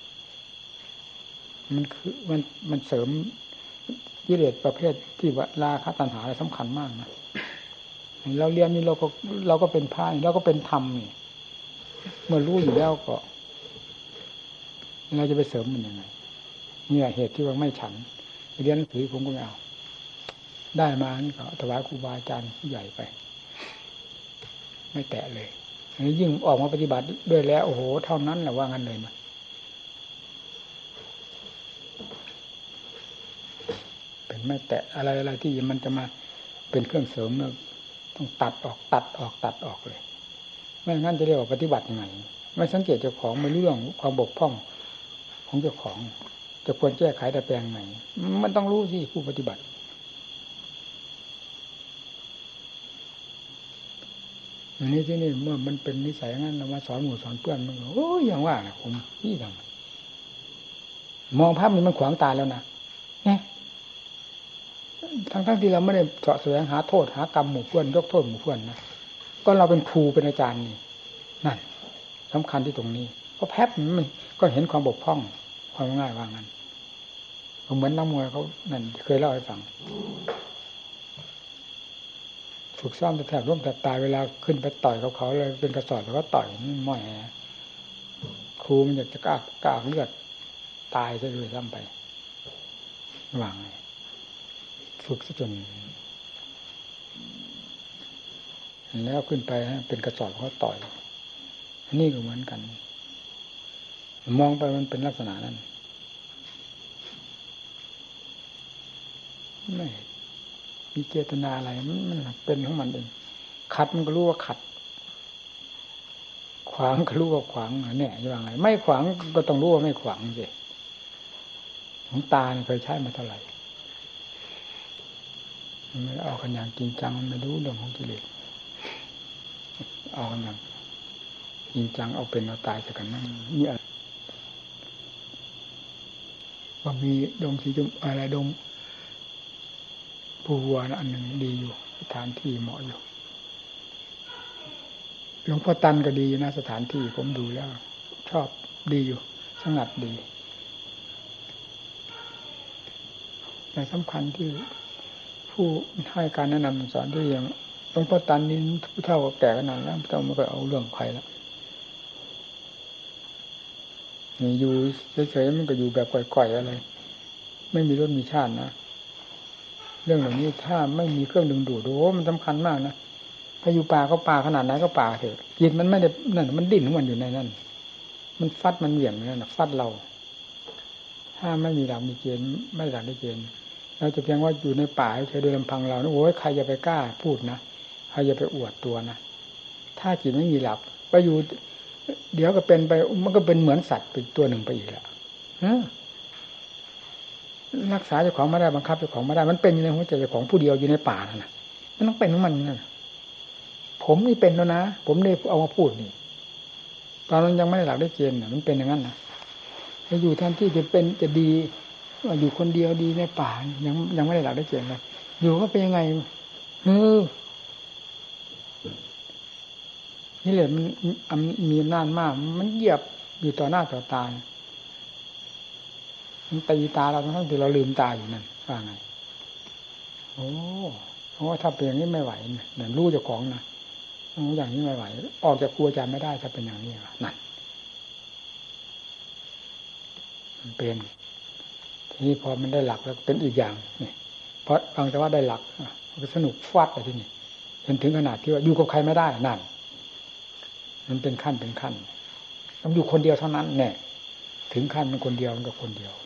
มันคือมันเสริมกิเลสประเภทที่ว่าราคะตัณหาอะไรสำคัญมากนะเราเรียนนี่เราก็เป็นพระเราก็เป็นธรรมนี่เมื่อรู้อยู่แล้วก็เราจะไปเสริมมันยังไงนี่แหละเหตุที่ว่าไม่ฉันเรียนหนังสือผมก็ไม่เอาได้มานี่ก็ถวายครูบาอาจารย์ผู้ใหญ่ไปไม่แตะเลยอันนี้ยิ่งออกมาปฏิบัติด้วยแล้วโอ้โหเท่านั้นแหละว่างั้นเลยนะเป็นไม่แตะอะไรที่มันจะมาเป็นเครื่องเสริมเนี่ยต้องตัดออกเลยไม่งั้นจะเรียกว่าปฏิบัติยังไงไม่สังเกตเจ้าของไม่เรื่องความบกพร่องของเจ้าของจะควรแก้ไขแต่แปลงไหนมันต้องรู้สิผู้ปฏิบัติอันนี้ที่นี่เมื่อมันเป็นนิสัยงั้นเรามาสอนหมู่สอนเพื่อนมันโอ้ยอย่างว่าผมนี่ทำมองภาพนี้มันขวางตาแล้วนะเนี่ยทั้งที่เราไม่ได้เสาะแสวงหาโทษหากรรมหมู่เพื่อนยกโทษหมู่เพื่อนนะก็เราเป็นครูเป็นอาจารย์นี่นั่นสำคัญที่ตรงนี้เพราะแพบมันก็เห็นความบกพร่องความง่ายว่างั้นเหมือนนักมวยเขานั่นเคยเล่าให้ฟังฝึกซ้อมแต่แทบร่วมแต่ตายเวลาขึ้นไปต่อยกับเขาเลยเป็นกระสอบแล้วก็ต่อยม่อยครูมันอยากจะกากเลือดตายซะเลยซ้ำไปวางเลยฝึกซะจนแล้วขึ้นไปเป็นกระสอบเขาต่อยนี่ก็เหมือนกันมองไปมันเป็นลักษณะนั้นไม่มีเจตนาอะไรมันเป็นของมันเองขัดมันก็รู้ว่าขัดขวางก็รู้ว่าขวางเนี่ยอย่างไรไม่ขวางก็ต้องรู้ว่าไม่ขวางสิของตาเคยใช้มาเท่าไหร่ไม่เอากันอย่างจริงจังมันไม่รู้เรื่องของกิเลสเอากันอย่างจริงจังเอาเป็นเอาตายจากกันนั่นนี่ว่ามีดงสีจุมอะไรดงภูวัวอันหนึ่งดีอยู่สถานที่เหมาะอยู่ไปหลวงพ่อตันก็ดีนะสถานที่ผมดูแล้วชอบดีอยู่สงัดดีแต่สำคัญที่ผู้ให้การแนะนำสอนที่อย่างหลวงพ่อตันนี่ผู้เฒ่าแก่ขนาดแล้วต้องไม่ไปเอาเรื่องใครแล้วนี่อยู่เฉยๆมันก็อยู่แบบก่อยๆอะไรไม่มีรสมีชาตินะเรื่องเหล่านี้ถ้าไม่มีเครื่องดึงดูดโอ้มันสำคัญมากนะถ้าอยู่ป่าก็ป่าขนาดไหนก็ป่าเถอะจิตมันไม่ได้นั่นมันดิ้นของมันอยู่ในนั้นมันฟัดมันเหวี่ยงนั่นฟัดเราถ้าไม่มีหลักมีเกณฑ์ไม่หลักมีเกณฑ์เราจะเพียงว่าอยู่ในป่าเฉยโดยลำพังเราโอ้ยใครจะไปกล้าพูดนะใครจะไปอวดตัวนะถ้าจิตไม่มีหลักไปอยู่เดี๋ยวก็เป็นไปมันก็เป็นเหมือนสัตว์เป็นตัวหนึ่งไปอีกแล้วรักษาเจ้าของไม่ได้บังคับเจ้าของไม่ได้มันเป็นอยู่ในหัวใจเจ้าของผู้เดียวอยู่ในป่านั่นนะมันต้องเป็นของมันนั่นผมนี่เป็นแล้วนะผมได้เอามาพูดนี่ตอนนั้นยังไม่ได้หลักได้เกณฑ์มันเป็นอย่างนั้นนะจะอยู่ท่านที่จะเป็นจะดีอยู่คนเดียวดีในป่ายังไม่ได้หลักได้เกณฑ์เลยอยู่ก็เป็นยังไงนี่แหละมันมีอำนาจมากมันเหยียบอยู่ต่อหน้าต่อตามันตีตาเราทั้งที่เราลืมตาอยู่นั่นว่าไงโอ้เพราะว่าถ้าเป็นอย่างนี้ไม่ไหวเนี่ยรู้เจ้าของนะอย่างนี้ไม่ไหวออกจากครูอาจารย์ไม่ได้ถ้าเป็นอย่างนี้นั่นมันเป็นทีนี้พอมันได้หลักแล้วเป็นอีกอย่างนี่เพราะฟังแต่ว่าได้หลักมันก็สนุกฟาดไปที่นี่จนถึงขนาดที่ว่าอยู่กับใครไม่ได้นั่นมันเป็นขั้นเป็นขั้นต้องอยู่คนเดียวเท่านั้นแน่ถึงขั้นมันคนเดียวมันกับคนเดียว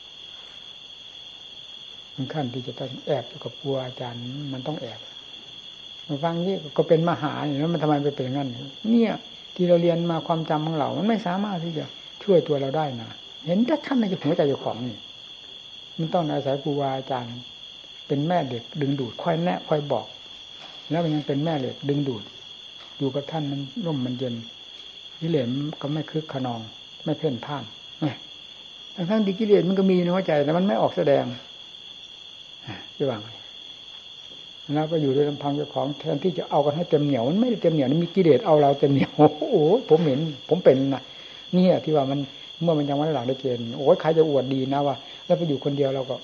มันขั้นที่จะต้องแอบอยู่กับครูอาจารย์มันต้องแอบมาฟังนี่ก็เป็นมหาเนี่ยแล้วมันทำไมไปเป็นอย่างนั้นเนี่ยที่เราเรียนมาความจำของเรามันไม่สามารถที่จะช่วยตัวเราได้นะเห็นแต่ขั้นในหัวใจเจ้าของนี่มันต้องอาศัยครูอาจารย์เป็นแม่เด็กดึงดูดค่อยแนะค่อยบอกแล้วมันยังเป็นแม่เหล็กดึงดูดอยู่กับท่านมันร่มมันเย็นกิเลสก็ไม่คึกขนองไม่เพ่นพ่านทั้งที่กิเลสมันก็มีในหัวใจแต่มันไม่ออกแสดงจะว่าไงแล้วก็อยู่ด้วยลำพังเจ้าของแทนที่จะเอากันให้เต็มเหนียวมันไม่ได้เต็มเหนียวมีกิเลสเอาเราเต็มเหนียวโอ้ผมเห็นผมเป็นนะนี่ที่ว่ามันเมื่อมันยังไม่ได้หลักได้เกณฑ์โอ้ยใครจะอวดดีนะว่าแล้วไปอยู่คนเดียวเราก็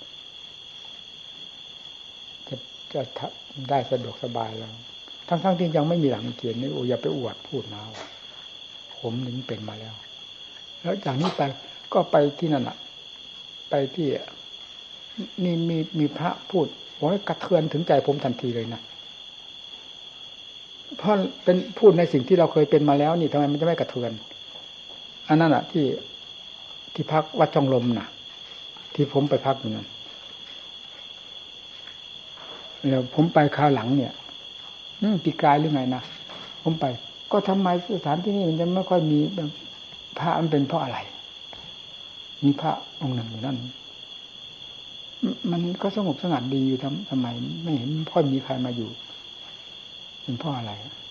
จะได้สะดวกสบายแล้วทั้งที่ยังไม่มีหลักเกณฑ์นี่โอ้อย่าไปอวดพูดนะผมนี่เป็นมาแล้วแล้วจากนี้ไปก็ไปที่นั่นไปที่นี่มีพระพูดโอ้ยกระเทือนถึงใจผมทันทีเลยนะเพราะเป็นพูดในสิ่งที่เราเคยเป็นมาแล้วนี่ทำไมมันจะไม่กระเทือนอันนั้นที่พักวัดช่องลมน่ะที่ผมไปพักอยู่นั่นแล้วผมไปคราวหลังเนี่ยปีกายหรือไงนะผมไปก็ทำไมสถานที่นี้มันจะไม่ค่อยมีพระมันเป็นเพราะอะไรมีพระองค์หนึ่งอยู่นั่นมันก็สงบสงัดดีอยู่ทำไมไม่เห็นค่อยมีใครมาอยู่เป็นเพราะอะไร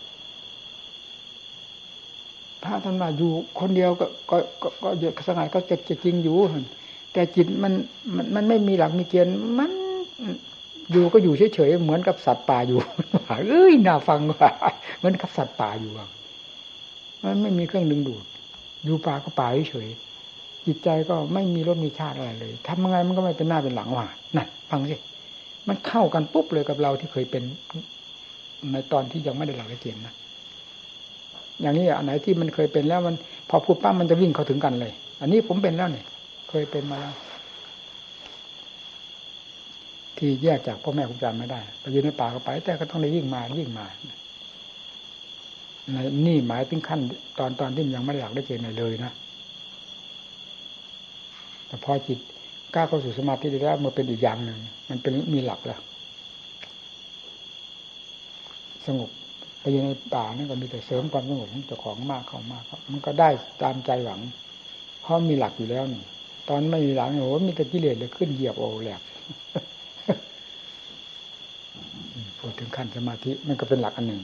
พระท่านว่าอยู่คนเดียวก็เยอะสงัดก็จะจริงอยู่แต่จิตมันไม่มีหลักมีเกณฑ์มันอยู่ก็อยู่เฉยๆเหมือนกับสัตว์ป่าอยู่น่าฟังกว่าเหมือนกับสัตว์ป่าอยู่มันไม่มีเครื่องดึงดูดอยู่ป่าก็ป่าเฉยจิตใจก็ไม่มีรสมีชาติอะไรเลยทำยังไงมันก็ไม่เป็นหน้าเป็นหลังว่านั่นฟังสิมันเข้ากันปุ๊บเลยกับเราที่เคยเป็นในตอนที่ยังไม่ได้หลักได้เกณฑ์นะอย่างนี้อันไหนที่มันเคยเป็นแล้วมันพอพูดปั๊บมันจะวิ่งเข้าถึงกันเลยอันนี้ผมเป็นแล้วเนี่ยเคยเป็นมาแล้วที่แยกจากพ่อแม่ครูอาจารย์ไม่ได้ไปอยู่ในป่าก็ไปแต่ก็ต้องได้วิ่งมานี่หมายถึงขั้นตอนที่ยังไม่ได้หลักได้เกณฑ์เลยนะแต่พอจิตก้าวเข้าสู่สมาธิแล้วมันเป็นอีกอย่างหนึ่งมันเป็นมีหลักแล้วสงบไปอยู่ในป่านั่นก็มีแต่เสริมความสงบของเจ้าของมากเข้ามากมันก็ได้ตามใจหวังเพราะมีหลักอยู่แล้วนี่ตอนไม่มีหลักโอ้โหมีแต่กิเลสเลยขึ้นเหยียบโอ้แหลกพูดถึงขั้นสมาธิมันก็เป็นหลักอันหนึ่ง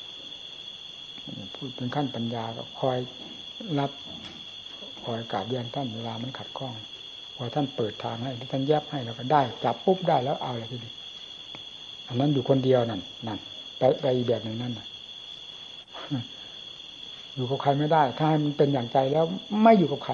พูดถึงขั้นปัญญาก็คอยรับคอยกราบเรียนท่านเวลามันขัดข้องพอท่านเปิดทางให้ท่านแยบให้เราก็ได้จับปุ๊บได้แล้วเอาอะไรทีนี้อันนั้นอยู่คนเดียวนั่นไปอีกแบบหนึ่งนั่นอยู่กับใครไม่ได้ถ้าให้มันเป็นอย่างใจแล้วไม่อยู่กับใคร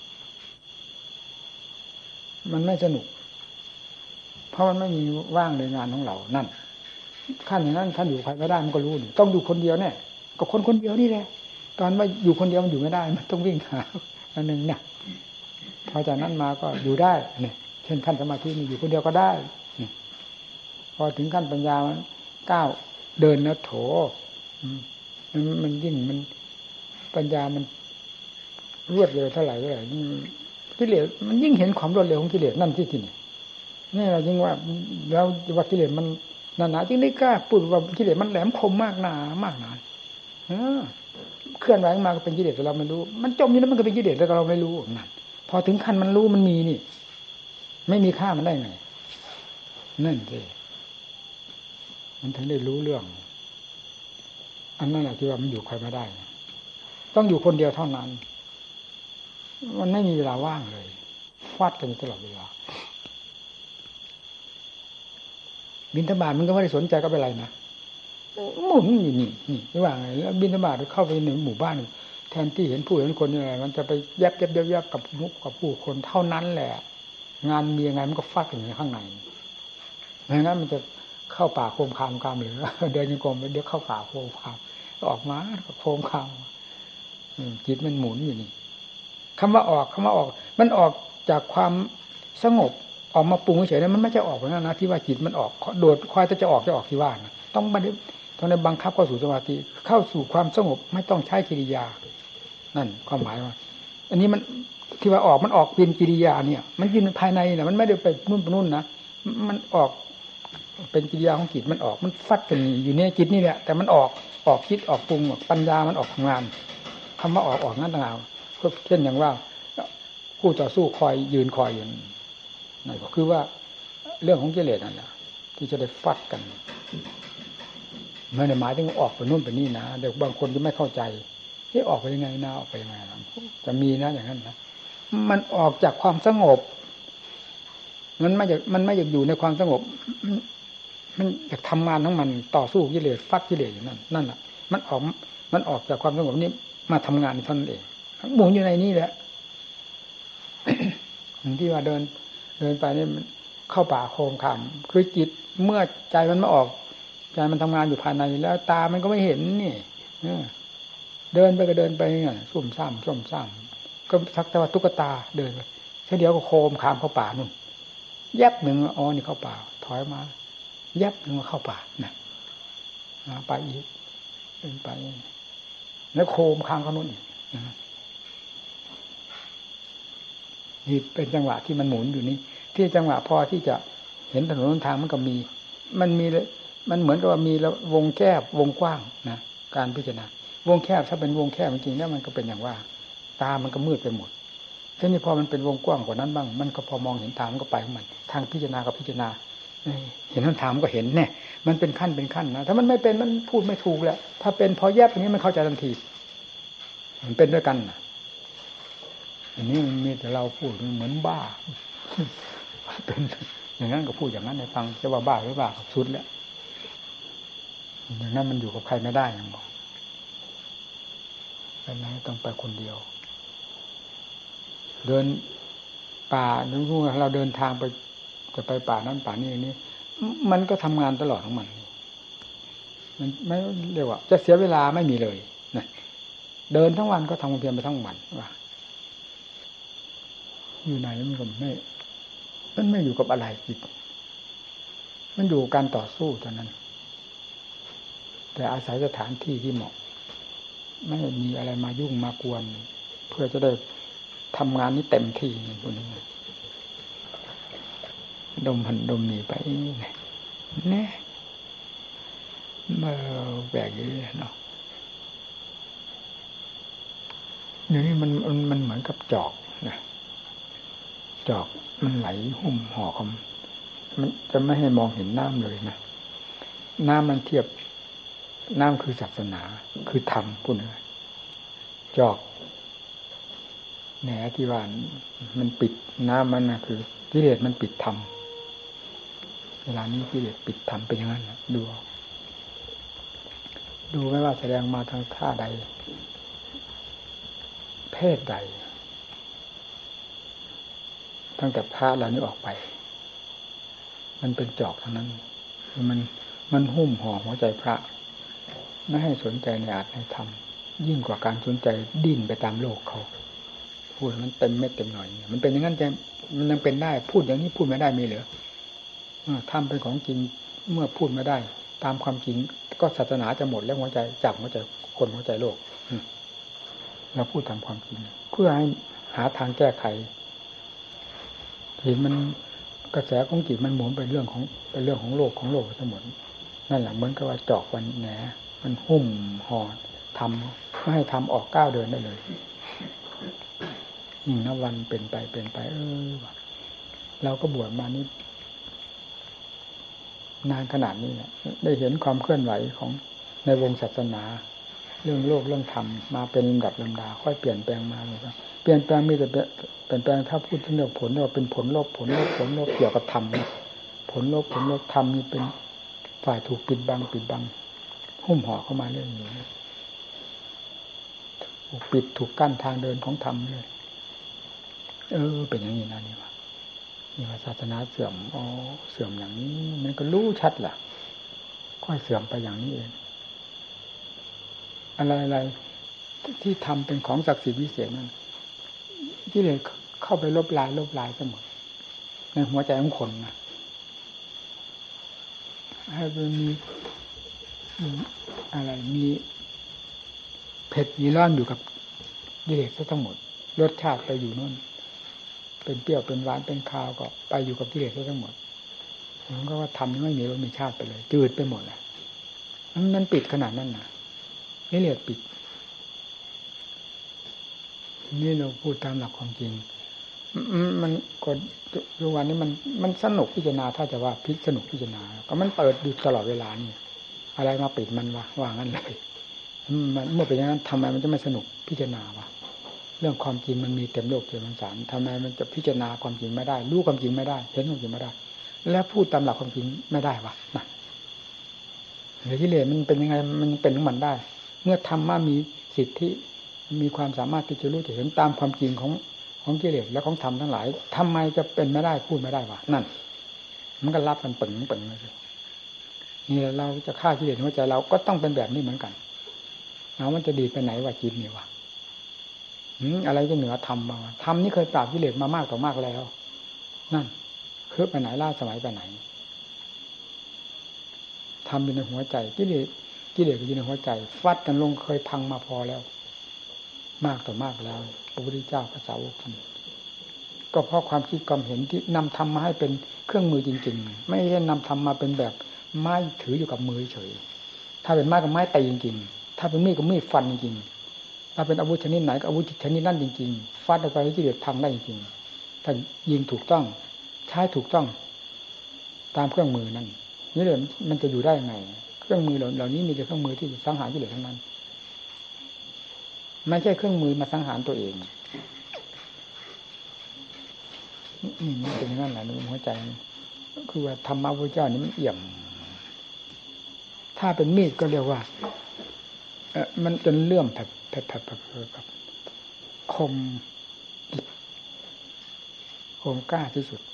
มันไม่สนุกเพราะมันไม่มีว่างในงานของเรานั่นขั้นอย่างนั้นท่านอยู่ใครไม่ได้มันก็รู้นี่ต้องอยู่คนเดียวเนี่ยก็คนคนเดียวนี่แหละตอนว่าอยู่คนเดียวมันอยู่ไม่ได้มันต้องวิ่งหาอันหนึ่งเนี่ยพอจากนั้นมาก็อยู่ได้เนี่ยเช่นขั้นสมาธินี่อยู่คนเดียวก็ได้พอถึงขั้นปัญญามันก้าวเดินแล้วโถมันยิ่งมันปัญญามันรวดเร็วเท่าไหร่นี่กิเลสมันยิ่งเห็นความรวดเร็วของกิเลสนั่นที่นี่นี่เรายิ่งว่าแล้วว่ากิเลสมันหนาๆจึงได้กล้าพูดว่ากิเลสมันแหลมคมมากหนามากหนาเคลื่อนไหวมาก็เป็นกิเลสแต่เราไม่รู้มันจมอยู่แล้วมันก็เป็นกิเลสแต่เราไม่รู้นั่นพอถึงขั้นมันรู้มันมีนี่ไม่มีค่ามันได้ไงนั่นสิมันถึงได้รู้เรื่องอันนั้นแหละที่ว่ามันอยู่ใครไม่ได้ต้องอยู่คนเดียวเท่านั้นมันไม่มีเวลาว่างเลยฟาดกันตลอดเวลาบิณฑบาตมันก็ไม่ได้สนใจก็เป็นไรนะหมุนอยู่นี่ว่าไงแล้วบิณฑบาตเข้าไปในหมู่บ้านแทนที่เห็นผู้เห็นคนยังไงมันจะไปยับกับมุกกับผู้คนเท่านั้นแหละงานมียังไงมันก็ฟาดกันอยู่ข้างในไม่งั้นมันจะเข้าป่าโคมคามหรือเดินยังกรมเดี๋ยวเข้าป่าโคมคามออกมาโคมคามจิตมันหมุนอยู่นี่คำว่าออกมันออกจากความสงบออกมาปรุงเฉยๆมันไม่ใช่ออกนะที่ว่าจิตมันออกโดดควายจะออกที่ว่านะต้องได้บังคับเข้าสู่สมาธิเข้าสู่ความสงบไม่ต้องใช้กิริยานั่นความหมายว่าอันนี้มันที่ว่าออกมันออกเป็นกิริยาเนี่ยมันอยู่ภายในนะมันไม่ได้ไปนู่นนะมันออกเป็นกิริยาของจิตมันออกมันฟัดกันอยู่ในจิตนี่แหละแต่มันออกคิดออกปรุงปัญญามันออกทำงานคำว่าออกนั่นต่างหากก็เช่นอย่างว่าคู่ต่อสู้คอยยืนคอยอย่างนั่นก็คือว่าเรื่องของกิเลสนั่นแหละที่จะได้ฟัดกันไม่ได้หมายถึงออกไปนู่นไปนี่นะเด็กบางคนที่ไม่เข้าใจที่ออกไปยังไงนะออกไปยังไงจะมีนะอย่างนั้นนะมันออกจากความสงบมันไม่อยากอยู่ในความสงบมันอยากทำงานของมันต่อสู้กิเลสฟัดกิเลสอย่างนั้นนั่นแหละมันออกจากความสงบนี้มาทำงานเท่านั้นเองหมุนอยู่ในนี้แหละ ที่ว่าเดินไปนี่มันเข้าป่าโคมคำคือจิตเมื่อใจมันมาออกใจมันทำงานอยู่ภายในแล้วตามันก็ไม่เห็นนี่เดินไปก็เดินไปเงี้ยซุ่มซ่ามก็สักแต่ว่าตุ๊กตาเดินไปแค่เดียวก็โคมคำเข้าป่านู่นแยบหนึ่งอ๋อนี่เข้าป่าถอยมาแยบหนึ่งมาเข้าป่านะไปอีกเดินไปแล้วโคมคำเขานู่นนี่เป็นจังหวะที่มันหมุนอยู่นี่ที่จังหวะพอที่จะเห็นถนนทางมันก็มีมันเหมือนกับว่ามีแล้ววงแคบวงกว้างนะการพิจารณาวงแคบถ้าเป็นวงแคบจริงๆแล้วมันก็เป็นอย่างว่าตามันก็มืดไปหมดทีนี้พอมันเป็นวงกว้างกว่านั้นบ้างมันก็พอมองเห็นทางมันก็ไปของมันทางพิจารณากับพิจารณาเห็นทางมันก็เห็นแน่มันเป็นขั้นนะถ้ามันไม่เป็นมันพูดไม่ถูกแหละถ้าเป็นพอแยบอย่างนี้มันเข้าใจทันทีมันเป็นด้วยกันนะอันนี้มันมีแต่เราพูดเหมือนบ้าเป็นอย่างนั้นก็พูดอย่างนั้นให้ฟังจะว่าบ้าหรือบ้าสุดแล้วอย่างนั้นมันอยู่กับใครไม่ได้ยังบอกไปไหนต้องไปคนเดียวเดินป่านึกว่าเราเดินทางไปจะไปป่านั้นป่านี้นี้มันก็ทำงานตลอดของมันไม่เรียกว่าจะเสียเวลาไม่มีเลยนะเดินทั้งวันก็ทำความเพียรไปทั้งวันว่าอยู่ไหนมันก็ไม่อยู่กับอะไรจิตมันอยู่การต่อสู้เท่านั้นแต่อาศัยสถานที่ที่เหมาะไม่มีอะไรมายุ่งมากวนเพื่อจะได้ทำงานนี้เต็มที่อย่างพวกนี้ดมหนีไปเนี่ยมาแบกอย่างนี้เนาะอย่างนี้มันเหมือนกับจอกนะจอกมันไหลหุ้มห่อคำมันจะไม่ให้มองเห็นน้ำเลยนะน้ำมันเทียบน้ำคือศาสนาคือธรรมพูดง่ายจอกแหนที่ว่ามันปิดน้ำมันนะคือกิเลสมันปิดธรรมเวลานี้กิเลสปิดธรรมเป็นอย่างนั้นนะดูดูไม่ว่าแสดงมาทางท่าใดเพศใดตั้งแต่พระเหล่านี้ออกไปมันเป็นจอกทั้งนั้นมันหุ้มห่อหัวใจพระไม่ให้สนใจในอาจในธรรมยิ่งกว่าการสนใจดิ้นไปตามโลกเขาพูดมันเต็มเม็ดเต็มหน่อยมันเป็นอย่างนั้นจะมันยังเป็นได้พูดอย่างนี้พูดไม่ได้มีเหรอทำเป็นของจริงเมื่อพูดไม่ได้ตามความจริงก็ศาสนาจะหมดแล้วหัวใจจับหัวใจคนหัวใจโลกเราพูดตามความจริงเพื่อให้หาทางแก้ไขเห็นมันกระแสของจิตมันหมุนเป็นเรื่องของโลกทั้งหมดนั่นแหละเหมือนกับว่าจอกวันแหนมันหุ้มห่อทำไม่ให้ทำออกก้าวเดินได้เลยยิ่งนับวันเป็นไปเราก็บวชมานี่นานขนาดนี้แหละได้เห็นความเคลื่อนไหวของในวงศาสนาเรื่องโลกเรื่องธรรมมาเป็นลำดับลำดาค่อยเปลี่ยนแปลงมาเปลี่ยนแปลงมีแต่เปลี่ยนแปลงถ้าพูดถึงเรื่องผลว่าเป็นผลลบเกี่ยวกับธรรมผลลบธรรมนี่เป็นฝ่ายถูกปิดบังหุ้มห่อเข้ามาเรื่อยๆถูกปิดถูกกั้นทางเดินของธรรมเลยเป็นอย่างนี้นะนี่ว่าศาสนาเสื่อมเสื่อมอย่างนี้มันก็รู้ชัดล่ะค่อยเสื่อมไปอย่างนี้เองอะไรที่ทำเป็นของศักดิ์สิทธิ์วิเศษนั้นที่เลยเข้าไปลบลายกันหมดในหัวใจของคนนะให้มันมีอะไรมีเผ็ดมีร้อนอยู่กับกิเลสทั้งหมดรสชาติไปอยู่นู่นเป็นเปรี้ยวเป็นหวานเป็นคาวก็ไปอยู่กับกิเลสทั้งหมดมันก็ว่าทำไม่มีรสมีชาติไปเลยจืดไปหมดเลยมันปิดขนาดนั้นนะกิเลสปิดนี่เราพูดตามหลักความจริงมันก็ทุกวันนี้มันสนุกพิจารณาถ้าจะว่าสนุกพิจารณาก็มันเปิดดูตลอดเวลานี่อะไรมาปิดมันว่างั้นเลยมันเมื่อเป็นอย่างนั้นทำไมมันจะไม่สนุกพิจารณาวะเรื่องความจริงมันมีเต็มโลกเต็มสงสารทำไมมันจะพิจารณาความจริงไม่ได้รู้ความจริงไม่ได้เห็นความจริงไม่ได้แล้วพูดตามหลักความจริงไม่ได้วะนั่นหรือกิเลสมันเป็นยังไงมันเป็นของมันได้เมื่อธรรมะมีสิทธิมีความสามารถที่จะรู้จะเห็นตามความจริงของกิเลสและของธรรมทั้งหลายทำไมจะเป็นไม่ได้พูดไม่ได้วะนั่นมันก็รับกันปึ่งเลยนี่เราจะฆ่ากิเลสหัวใจเราก็ต้องเป็นแบบนี้เหมือนกันเอามันจะดีไปไหนวะจิตนี่วะอะไรจะเหนือธรรมมาธรรมนี่เคยปราบกิเลสมามากต่อมากแล้วนั่นคือไปไหนล่าสมัยไปไหนธรรมอยู่ในหัวใจกิเลสก็อยู่ในหัวใจฟัดกันลงเคยพังมาพอแล้วมากต่อมากแล้วพระพุทธเจ้าพระสาวกท่านก็เพราะความคิดความเห็นที่นำธรรมมาให้เป็นเครื่องมือจริงๆไม่ใช่นำธรรมมาเป็นแบบไม้ถืออยู่กับมือเฉยถ้าเป็นไม้กับไม้ตีจริงๆถ้าเป็นมีดกับมีดฟันจริงๆถ้าเป็นอาวุธชนิดไหนก็อาวุธชนิดนั้นจริงๆฟาดออกไปที่เดือดพังได้จริงๆถ้ายิงถูกต้องใช้ถูกต้องตามเครื่องมือนั้นนี่เลยมันจะอยู่ได้ยังไงเครื่องมือเหล่านี้มีแต่เครื่องมือที่สังหารกิเลสทั้งนั้นไม่ใช่เครื่องมือมาสังหารตัวเองมันเป็นอย่างนั้นแหละในหัวใจคือว่าธรรมะพระเจ้านี่มันเอี่ยมถ้าเป็นมีดก็เรียกว่ามันจนเลื่อมแบบคมกล้าที่สุด